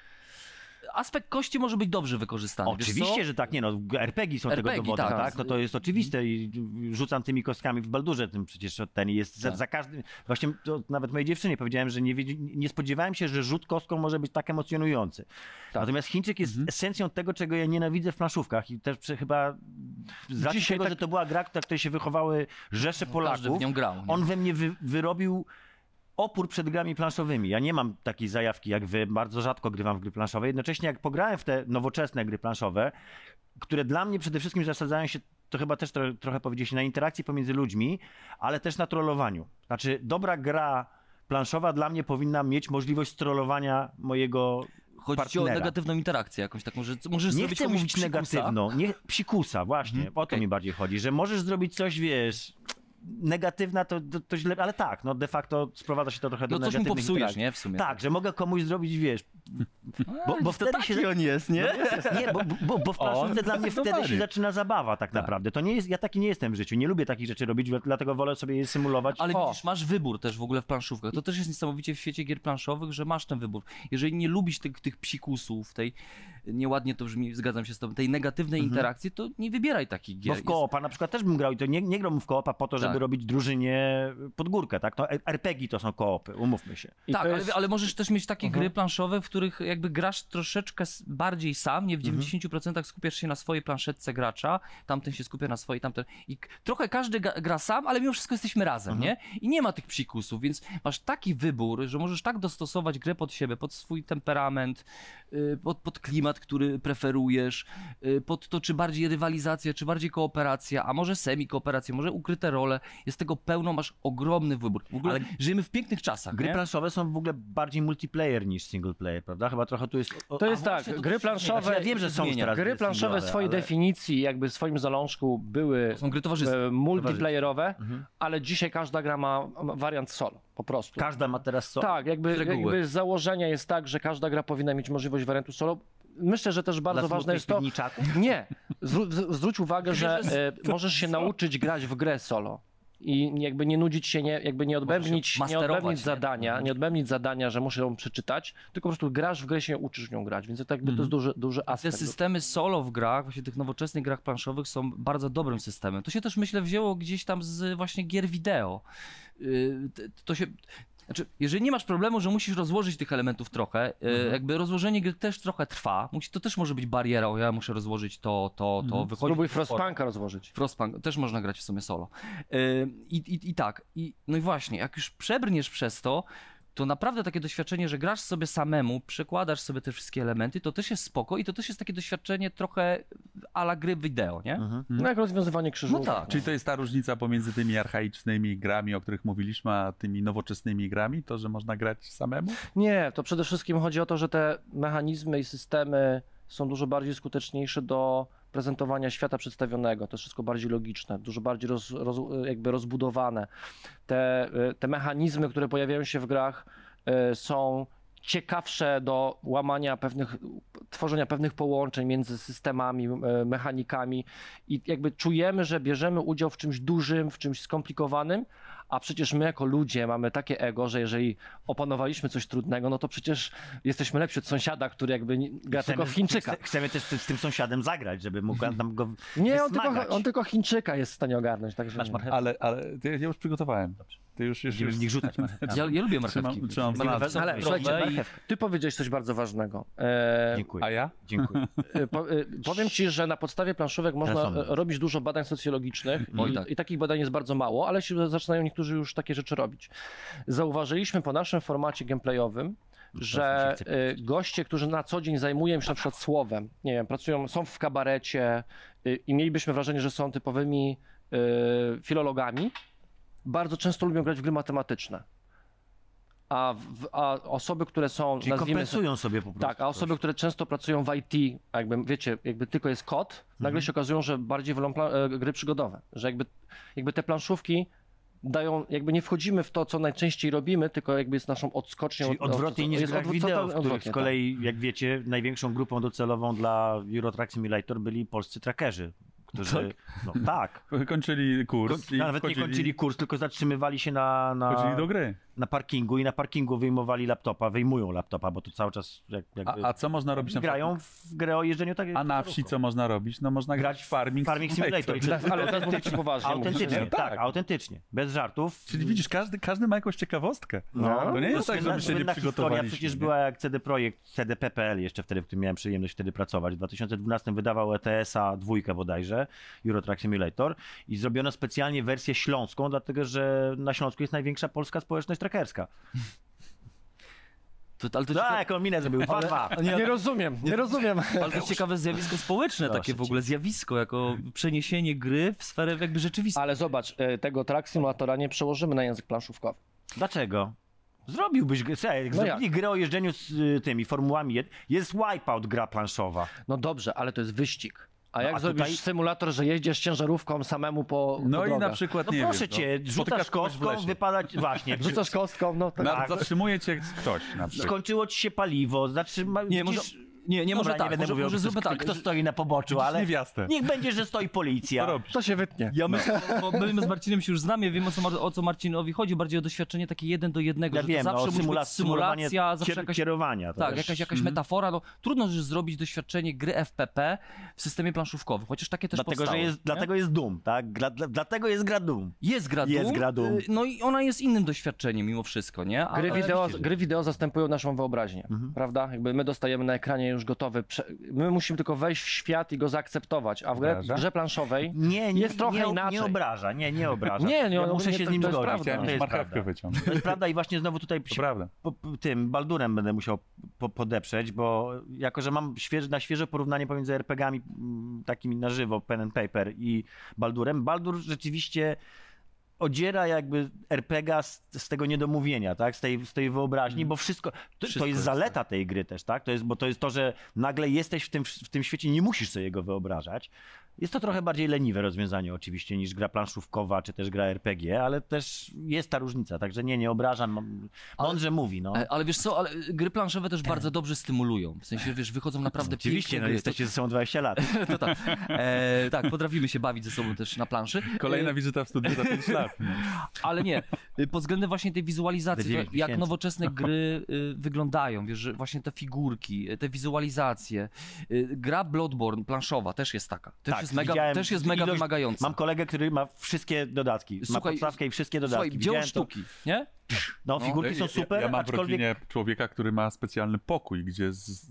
Aspekt kości może być dobrze wykorzystany. wiesz Oczywiście, co? że tak, nie no, RPG są tego RPG, dowodem, tak. tak? To jest oczywiste i rzucam tymi kostkami w Baldurze tym przecież ten jest Tak. za każdym, właśnie to nawet mojej dziewczynie powiedziałem, że nie spodziewałem się, że rzut kostką może być tak emocjonujący. Natomiast Chińczyk jest esencją tego, czego ja nienawidzę w planszówkach i też chyba z racji Dzisiaj tego, tak- że to była gra, w której się wychowały rzesze Każdy Polaków, w nią grał. Nie? on we mnie wyrobił opór przed grami planszowymi. Ja nie mam takiej zajawki jak wy, bardzo rzadko grywam w gry planszowe. Jednocześnie jak pograłem w te nowoczesne gry planszowe, które dla mnie przede wszystkim zasadzają się, to chyba też trochę powiedzieliście, na interakcji pomiędzy ludźmi, ale też na trollowaniu. Znaczy dobra gra planszowa dla mnie powinna mieć możliwość strollowania mojego Chodzi ci o partnera. negatywną interakcję jakąś taką, że możesz Nie zrobić chcę komuś mówić psikusa. negatywną, nie psikusa, właśnie, o to okej. mi bardziej chodzi, że możesz zrobić coś, wiesz, negatywna to źle, ale tak, no de facto sprowadza się to trochę do No coś mu negatywnych popsujesz, interakcji. nie? W sumie. Tak, że mogę komuś zrobić, wiesz, bo wtedy się... on jest, nie? Nie, bo w planszówce dla mnie wtedy Dobry. się zaczyna zabawa tak naprawdę. To nie jest, ja taki nie jestem w życiu, nie lubię takich rzeczy robić, dlatego wolę sobie je symulować. Ale widzisz, masz wybór też w ogóle w planszówkach. To też jest niesamowicie w świecie gier planszowych, że masz ten wybór. Jeżeli nie lubisz tych psikusów, tej, nieładnie to brzmi, zgadzam się z tobą, tej negatywnej interakcji, to nie wybieraj takich gier. Bo w koopa na przykład też bym grał i to nie grałbym w koopa po to, żeby Tak. robić drużynie pod górkę, tak? No, RPG to są koopy, umówmy się. I Tak, to jest- ale możesz też mieć takie gry planszowe, w których jakby grasz troszeczkę bardziej sam, nie w 90% skupiasz się na swojej planszetce gracza, tamten się skupia na swojej, tamten... I trochę każdy gra sam, ale mimo wszystko jesteśmy razem, nie? I nie ma tych psikusów, więc masz taki wybór, że możesz tak dostosować grę pod siebie, pod swój temperament, pod klimat, który preferujesz, pod to, czy bardziej rywalizacja, czy bardziej kooperacja, a może semi-kooperacja, może ukryte role. Jest tego pełno, masz ogromny wybór. W ogóle Ale żyjemy w pięknych czasach, Gry nie? planszowe są w ogóle bardziej multiplayer niż single player, prawda? Chyba trochę tu jest... To jest tak, właśnie to gry też się planszowe... Znaczy, ja wiem, że są już zmienia. teraz Gry planszowe w swojej ale... definicji, jakby w swoim zalążku były To są gry towarzyskie. multiplayerowe, ale dzisiaj każda gra ma wariant solo, po prostu. Każda ma teraz co? Tak, jakby reguły. z założenia jest tak, że każda gra powinna mieć możliwość wariantu solo. Myślę, że też bardzo ważne jest to... Piwniczaków? Nie, zwróć uwagę, że możesz się nauczyć grać w grę solo. I jakby nie nudzić się, jakby nie odbębnić masterować, nie odbębnić zadania, że muszę ją przeczytać, tylko po prostu grasz w grę, się uczysz nią grać, więc to jakby to jest duży Te aspekt. systemy solo w grach, właśnie tych nowoczesnych grach planszowych są bardzo dobrym systemem. To się też myślę wzięło gdzieś tam z właśnie gier wideo. To się... Znaczy, jeżeli nie masz problemu, że musisz rozłożyć tych elementów trochę, jakby rozłożenie gry też trochę trwa, to też może być barierą, ja muszę rozłożyć to, wychodzi... Spróbuj Frostpunka rozłożyć. Frostpunk też można grać w sumie solo. I tak, no i właśnie, jak już przebrniesz przez to naprawdę takie doświadczenie, że grasz sobie samemu, przekładasz sobie te wszystkie elementy, to też jest spoko i to też jest takie doświadczenie trochę a la gry wideo, nie? No jak rozwiązywanie krzyżówek. No tak. Czyli to jest ta różnica pomiędzy tymi archaicznymi grami, o których mówiliśmy, a tymi nowoczesnymi grami? To, że można grać samemu? Nie, to przede wszystkim chodzi o to, że te mechanizmy i systemy są dużo bardziej skuteczniejsze do prezentowania świata przedstawionego. To jest wszystko bardziej logiczne, dużo bardziej jakby rozbudowane. Te mechanizmy, które pojawiają się w grach, są ciekawsze do łamania tworzenia pewnych połączeń między systemami, mechanikami i jakby czujemy, że bierzemy udział w czymś dużym, w czymś skomplikowanym, a przecież my jako ludzie mamy takie ego, że jeżeli opanowaliśmy coś trudnego, no to przecież jesteśmy lepsi od sąsiada, który jakby gra tylko w Chińczyka. Chcemy też z tym sąsiadem zagrać, żeby mógł nam go Nie, wysmagać. on tylko Chińczyka jest w stanie ogarnąć. Także Masz nie. marchewkę? Ale ja już przygotowałem. Ty już Będziemy w nich rzucać marchewkę. Ja lubię marchewki. Trzymam Marchewki Ale są słuchajcie, zdrowe i- ty powiedziałeś coś bardzo ważnego. Dziękuję. A ja? Dziękuję. Powiem ci, że na podstawie planszówek można Telefon. robić dużo badań socjologicznych Oj, tak. i takich badań jest bardzo mało, ale się zaczynają niektórzy już takie rzeczy robić. Zauważyliśmy po naszym formacie gameplayowym, że mi się chce goście, którzy na co dzień zajmują się na przykład słowem, nie wiem, pracują, są w kabarecie i mielibyśmy wrażenie, że są typowymi filologami, bardzo często lubią grać w gry matematyczne. A osoby, które są, Czyli nazwijmy kompensują sobie po prostu. tak, a osoby, które często pracują w IT, jakby wiecie, jakby tylko jest kod, nagle się okazują, że bardziej wolą gry przygodowe, że jakby te planszówki dają, jakby nie wchodzimy w to, co najczęściej robimy, tylko jakby jest naszą odskocznią. Czyli odwrotnie niż jest grach wideo, w których odwrotnie, z kolei, jak wiecie, największą grupą docelową dla Euro Truck Simulator byli polscy trackerzy, którzy... No tak. Kończyli kurs i Nawet nie kończyli kurs, tylko zatrzymywali się wchodzili do gry. na parkingu i na parkingu wyjmują laptopa, bo to cały czas jakby A co można robić na grają w grę o jeżdżeniu tak. A na wsi co można robić? No można grać w Farming Simulator. Ale teraz mówię ci poważnie. Autentycznie, mówię. tak, autentycznie. Bez żartów. Czyli widzisz, każdy ma jakąś ciekawostkę. No, To nie jest tak, że my się nie słynna historia przygotowaliśmy. przecież nie? była jak CD Projekt, CDP.pl jeszcze wtedy, w którym miałem przyjemność wtedy pracować. W 2012 wydawał ETS-a 2 bodajże, Euro Truck Simulator i zrobiono specjalnie wersję śląską, dlatego że na Śląsku jest największa polska społeczność trackerska. Ale to Tak, jaką minę zrobił, 2-2. Nie rozumiem. Ale to jest ciekawe zjawisko społeczne, takie w ogóle zjawisko, jako przeniesienie gry w sferę jakby rzeczywistą. Ale zobacz, tego Truck Simulatora nie przełożymy na język planszówkowy. Dlaczego? Zrobiłbyś grę, jak No zrobili grę o jeżdżeniu z tymi formułami, jest Wipeout gra planszowa. No dobrze, ale to jest wyścig. A jak a zrobisz tutaj- symulator, że jeździsz ciężarówką samemu po No i drogach? na przykład, No nie proszę wiem, cię, no, rzucasz spotykasz kogoś w kostką, lesie. wypadać, właśnie. Rzucasz kostką, no to Tak. Zatrzymuje cię ktoś na przykład. Skończyło ci się paliwo, Nie, może, nie, może Dobra, tak, nie będę mówił, może zróbmy tak. kto stoi na poboczu, ale Niewiastę. niech będzie, że stoi policja. Co robisz? to się wytnie. Ja myślę, bo my z Marcinem się już znamy, wiem o co Marcinowi chodzi, bardziej o doświadczenie takie 1 do 1, Ja że wiem, to zawsze no, musi być symulacja, zawsze jakaś, kierowania. To tak, też. jakaś metafora. No, trudno już zrobić doświadczenie gry FPP w systemie planszówkowym, chociaż takie też powstały. Dlatego jest Doom, tak? Dlatego jest gra Doom. Jest gra Jest Doom, gra Doom. no i ona jest innym doświadczeniem mimo wszystko, nie? Gry wideo zastępują naszą wyobraźnię, prawda? Jakby my dostajemy na ekranie już gotowy, my musimy tylko wejść w świat i go zaakceptować, a w grze planszowej jest trochę inaczej. Nie obraża, nie obraża. Nie, ja muszę się z nim to jest zgodzić. prawda. Chciałem To jest marchewkę prawda. wyciągnąć. To jest prawda i właśnie znowu tutaj To prawda. tym Baldurem będę musiał podeprzeć, bo jako, że mam na świeże porównanie pomiędzy RPG-ami takimi na żywo, pen and paper i Baldurem, Baldur rzeczywiście odziera jakby RPG z tego niedomówienia, tak? Z tej wyobraźni, bo wszystko to jest zaleta tej gry też, tak? Bo to jest to, że nagle jesteś w tym świecie, nie musisz sobie go wyobrażać. Jest to trochę bardziej leniwe rozwiązanie oczywiście niż gra planszówkowa, czy też gra RPG, ale też jest ta różnica, także nie obrażam, mądrze mówi, no. Ale wiesz co, ale gry planszowe też bardzo dobrze stymulują, w sensie, wiesz, wychodzą naprawdę Oczywiście, piękne no gry. jesteście ze sobą 20 lat. To tak. Tak, potrafimy się bawić ze sobą też na planszy. Kolejna wizyta w studiu za 5 lat. No. Ale nie, pod względem właśnie tej wizualizacji, Za 9 jak miesięcy. nowoczesne gry wyglądają, wiesz, że właśnie te figurki, te wizualizacje. Gra Bloodborne planszowa też jest taka. Też jest mega wymagająca. Mam kolegę, który ma wszystkie dodatki. Ma Słuchaj, podstawkę i wszystkie dodatki. Słuchaj, dzieło Widziałem to. sztuki, nie? No, figurki są super, Ja mam w aczkolwiek rodzinie człowieka, który ma specjalny pokój, gdzie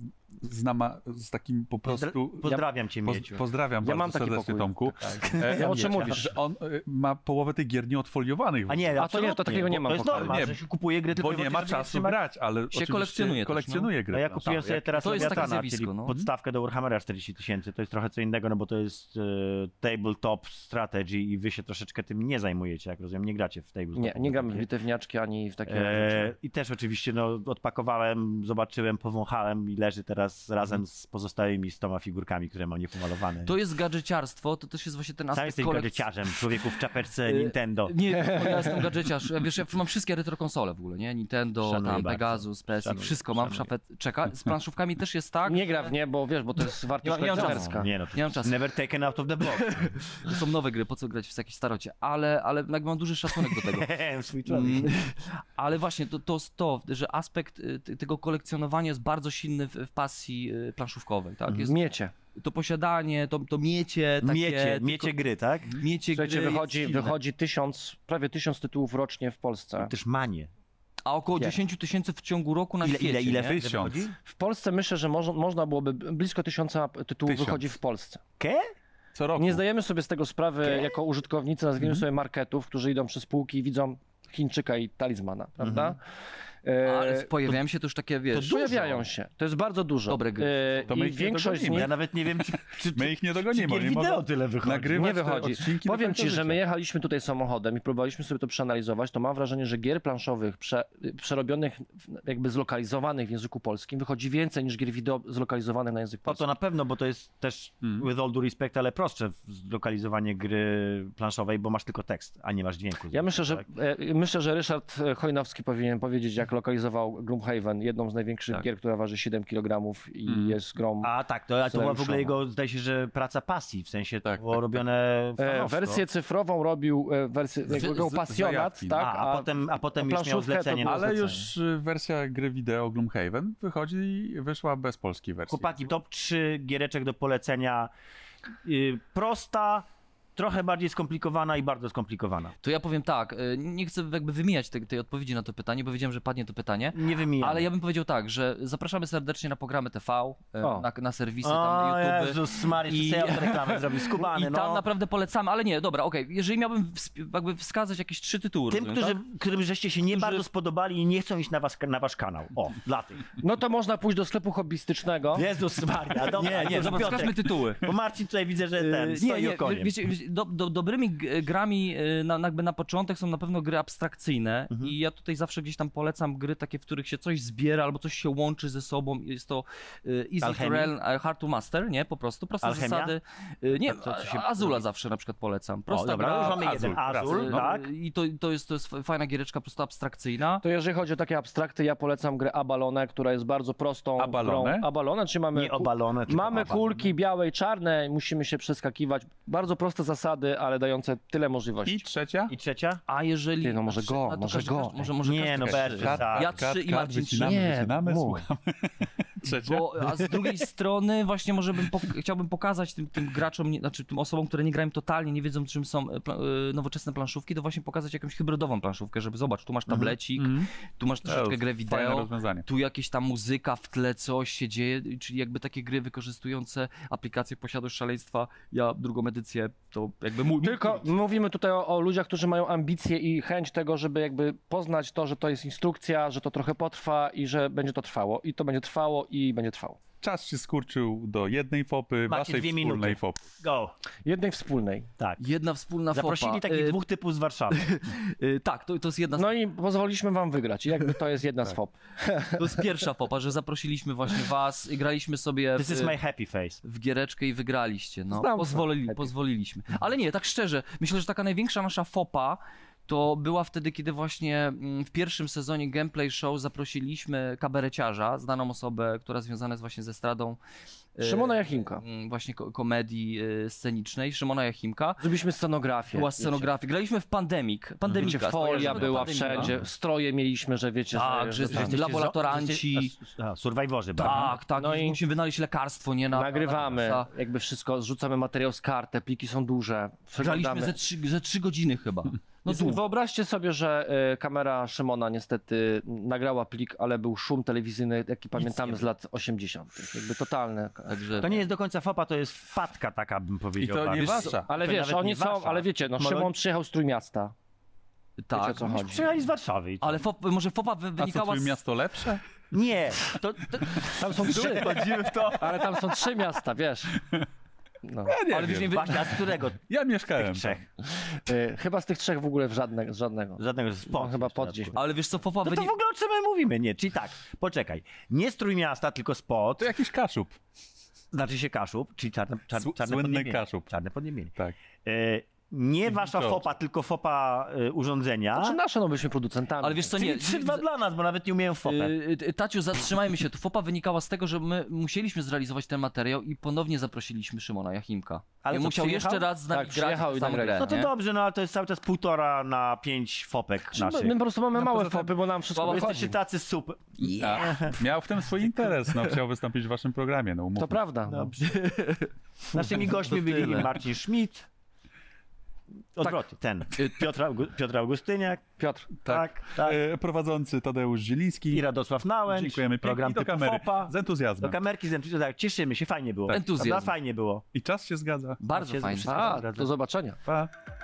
z takim po prostu... pozdrawiam cię, Mieciu. Pozdrawiam Ja bardzo mam taki serdecznie, pokój. Tomku. O czym mówisz? Że on ma połowę tych gier nieodfoliowanych. A nie, A to nie, absolutnie, to takiego nie bo mam To jest pokoju. norma, Nie, że się kupuje gry tylko Bo nie ma żeby czasu trzymać. grać, ale oczywiście kolekcjonuje też, gry. No ja kupiłem sobie teraz to jest takie Lewiatana, zjawisko, czyli no. podstawkę do Warhammera 40 000. To jest trochę co innego, no bo to jest tabletop strategy i wy się troszeczkę tym nie zajmujecie, jak rozumiem, nie gracie w tabletop. Nie gram w bitewniaczki ani w takie rzeczy. I też oczywiście no, odpakowałem, zobaczyłem, powąchałem i leży teraz teraz razem z pozostałymi 100 figurkami, które mam niepomalowane. To jest gadżeciarstwo, to też jest właśnie ten Sam aspekt jesteś gadżeciarzem, człowieku w czapeczce Nintendo. Nie, ja jestem gadżeciarz. Wiesz, ja mam wszystkie retro konsole w ogóle, nie? Nintendo, Szanuję tam, bardzo. Pegasus, PSX, Szanuję, wszystko mam w szanuję. czeka. Z planszówkami też jest tak. Nie gra w nie, bo wiesz, bo to jest wartość Nie mam czasu. kolekcjonerska. Nie no, to Nie mam czasu. never taken out of the box. To są nowe gry, po co grać w jakieś starocie? Ale jakby mam duży szacunek do tego. Swój człowiek. Ale właśnie to, że aspekt tego kolekcjonowania jest bardzo silny w pasji planszówkowej, tak? Jest Miecie. to posiadanie, to miecie, takie, Miecie gry, tak? miecie Słuchajcie, gry wychodzi prawie 1000 tytułów rocznie w Polsce. Też manie. a około Nie. 10 000 w ciągu roku na Ile- świecie. ile nie? 1000. W Polsce myślę, że można byłoby, blisko 1000 tytułów 1000. wychodzi w Polsce. Ke? Co roku. Nie zdajemy sobie z tego sprawy jako użytkownicy, nazwijmy sobie marketów, którzy idą przez półki i widzą Chińczyka i talizmana, prawda? Ale pojawiają się to już takie, wiesz... Pojawiają się. To jest bardzo dużo. Dobre gry. To my I ich nie większość z dogonimy. nich Ja nawet nie wiem, czy My ich nie dogonimy. gier Oni wideo mogą tyle wychodzi. nagrywać nie te wychodzi. odcinki do Powiem końca ci, że życia. my jechaliśmy tutaj samochodem i próbowaliśmy sobie to przeanalizować, to mam wrażenie, że gier planszowych przerobionych, jakby zlokalizowanych w języku polskim wychodzi więcej niż gier wideo zlokalizowanych na język O polski. to na pewno, bo to jest też, with all due respect, ale prostsze zlokalizowanie gry planszowej, bo masz tylko tekst, a nie masz dźwięku. Ja myślę, tak? myślę, że Ryszard Chojnowski powinien powiedzieć, jak lokalizował Gloomhaven, jedną z największych Tak. gier, która waży 7 kg i jest grą. A tak, to była w ogóle Scenariuszowo. jego, zdaje się, że praca pasji, w sensie to Tak, było tak, robione fanowsko. Wersję cyfrową robił, jakiego pasjonat, zajawki. tak? A potem już miał planszówkę zlecenie to na było Ale zlecenie. już wersja gry wideo Gloomhaven wyszła bez polskiej wersji. Chłopaki, top 3 giereczek do polecenia. Prosta, trochę bardziej skomplikowana i bardzo skomplikowana. To ja powiem tak, nie chcę jakby wymieniać tej odpowiedzi na to pytanie, bo wiedziałem, że padnie to pytanie. Nie wymijam. Ale ja bym powiedział tak, że zapraszamy serdecznie na programy TV, O. na serwisy O tam YouTube. Jezus Maria, I- jeszcze sobie reklamę zrobił, skubany, I tam no. naprawdę polecamy, ale nie, dobra, okej. Jeżeli miałbym jakby wskazać jakieś 3 tytuły, Tym, rozumiem, którym żeście się nie Którzy- bardzo spodobali i nie chcą iść na wasz kanał. O, dla tych. No to można pójść do sklepu hobbystycznego. Jezus Maria, dobra, tak? Dobra, Piotrek, wskażmy tytuły. bo Marcin tutaj widzę, że ten stoi okoniem. wiecie, dobrymi grami jakby na początek są na pewno gry abstrakcyjne i ja tutaj zawsze gdzieś tam polecam gry takie, w których się coś zbiera albo coś się łączy ze sobą. Jest to Easy to Alchemia? Learn, Hard to Master, nie? Po prostu, proste Alchemia? zasady. Nie, A co się Azula robi? zawsze na przykład polecam. O, Prosta dobra, gra, już mamy Azul, jeden. Azul, no, tak? I to jest fajna giereczka, po prostu abstrakcyjna. To jeżeli chodzi o takie abstrakty, ja polecam grę Abalone, która jest bardzo prostą Abalone? grą. Abalone, czyli mamy, Nie obalone, tylko mamy abalone. kulki białe i czarne, musimy się przeskakiwać. Bardzo proste zasady, ale dające tyle możliwości. I trzecia? I trzecia? A jeżeli... Ty, no może go, a to może go. Może Nie, każdy no trzy. bez przesady. Ja 3 i Marcin 3. Nie, mów. Trzecia? A z drugiej strony właśnie może chciałbym pokazać tym graczom, znaczy tym osobom, które nie grają totalnie, nie wiedzą czym są nowoczesne planszówki, to właśnie pokazać jakąś hybrydową planszówkę, żeby zobacz, tu masz tablecik, tu masz troszeczkę grę Fajne wideo, rozwiązanie. tu jakieś tam muzyka w tle, coś się dzieje, czyli jakby takie gry wykorzystujące aplikację Posiadłość Szaleństwa. Ja drugą edycję to jakby mój... Tylko mówimy tutaj o ludziach, którzy mają ambicje i chęć tego, żeby jakby poznać to, że to jest instrukcja, że to trochę potrwa i że będzie to trwało. I to będzie trwało i będzie trwało. Czas się skurczył do jednej fopy, Macie waszej 2 wspólnej minuty. fopy. Go. Jednej wspólnej. Tak. Jedna wspólna Zaprosili fopa. takich dwóch typów z Warszawy. Tak, to jest jedna No i pozwoliliśmy wam wygrać. I jakby to jest jedna z FOP. to jest pierwsza fopa, że zaprosiliśmy właśnie was i graliśmy sobie This is my happy face. w giereczkę i wygraliście. No, Znam pozwoliliśmy. Ale nie, tak szczerze, myślę, że taka największa nasza fopa to była wtedy, kiedy właśnie w pierwszym sezonie Gameplay Show zaprosiliśmy kabareciarza, znaną osobę, która związana jest właśnie ze estradą. Szymona Jachimka. Właśnie komedii scenicznej, Szymona Jachimka. Zrobiliśmy scenografię. Była scenografia. Graliśmy w Pandemic. Pandemika. Folia była Pandemika. wszędzie. Stroje mieliśmy, że wiecie, Tak, że tam. jesteście laboratoranci. Survivorzy, Tak, tak. No No i i musimy wynaleźć lekarstwo, nie na... Nagrywamy na- jakby wszystko, zrzucamy materiał z karty, pliki są duże. Graliśmy przeglądamy. ze 3 godziny chyba. No długo. Wyobraźcie sobie, że kamera Szymona niestety nagrała plik, ale był szum telewizyjny, jaki pamiętamy z lat 80. Jakby totalny. Także To nie jest do końca fopa, to jest wpadka taka, bym I powiedział. to nie Wiesz, wasza. Ale To wiesz, nawet oni nie są, wasza. ale wiecie, no Szymon przyjechał z Trójmiasta. Wiecie, o tak. co chodzi. Przyjechali z Warszawy. i co? Ale może fopa A co, wynikała twoje z... miasto lepsze? Nie, to Tam są trzy, Chodzimy w to. ale tam są 3 miasta, wiesz. No. Ja nie Ale wiesz, wiem. nie Właśnie, a z którego? Ja mieszkałem Tych trzech. Chyba z tych trzech w ogóle z żadnego. Żadnego z No, chyba pod gdzieś. Ale wiesz co, Fofa No to w ogóle o czym my mówimy? Nie, czyli tak, poczekaj. Nie strój miasta, tylko spot. To jakiś Kaszub. Znaczy się Kaszub, czyli czarne Słynny podniebienie. Kaszub. Czarne podniebienie. Tak. Nie wasza George. fopa, tylko fopa urządzenia. Znaczy nasze, no byliśmy producentami. Ale wiesz co, Czyli nie. 3-2 dla nas, bo nawet nie umieją fopę. Taciu, zatrzymajmy się. Tu Fopa wynikała z tego, że my musieliśmy zrealizować ten materiał i ponownie zaprosiliśmy Szymona Jachimka. Ale I co, musiał przyjechał? jeszcze raz z nami Tak, grać przyjechał w i samą nagrali. grę, No to nie? dobrze, no ale to jest cały czas 1,5 na 5 fopek naszych. My po prostu mamy małe poza tym- fopy, bo nam wszystko Bo wychodzi. jesteście tacy super. Miał w tym swój interes, no chciał wystąpić w waszym programie, no umówmy. To prawda. No. Dobrze. Naszymi gośćmi byli tyle. Marcin Schmidt. Odwrotnie, ten. Piotr Augustyniak. Piotr. Tak. Prowadzący Tadeusz Zieliński. I Radosław Nałęcz. Dziękujemy Program pięknie. Do typu kamery. fopa. Z entuzjazmem. Do kamerki, tak, cieszymy się, fajnie było. Entuzjazm. Prawda? Fajnie było. I czas się zgadza. Bardzo Się fajnie. wszystko A, zgadza. do zobaczenia. Pa.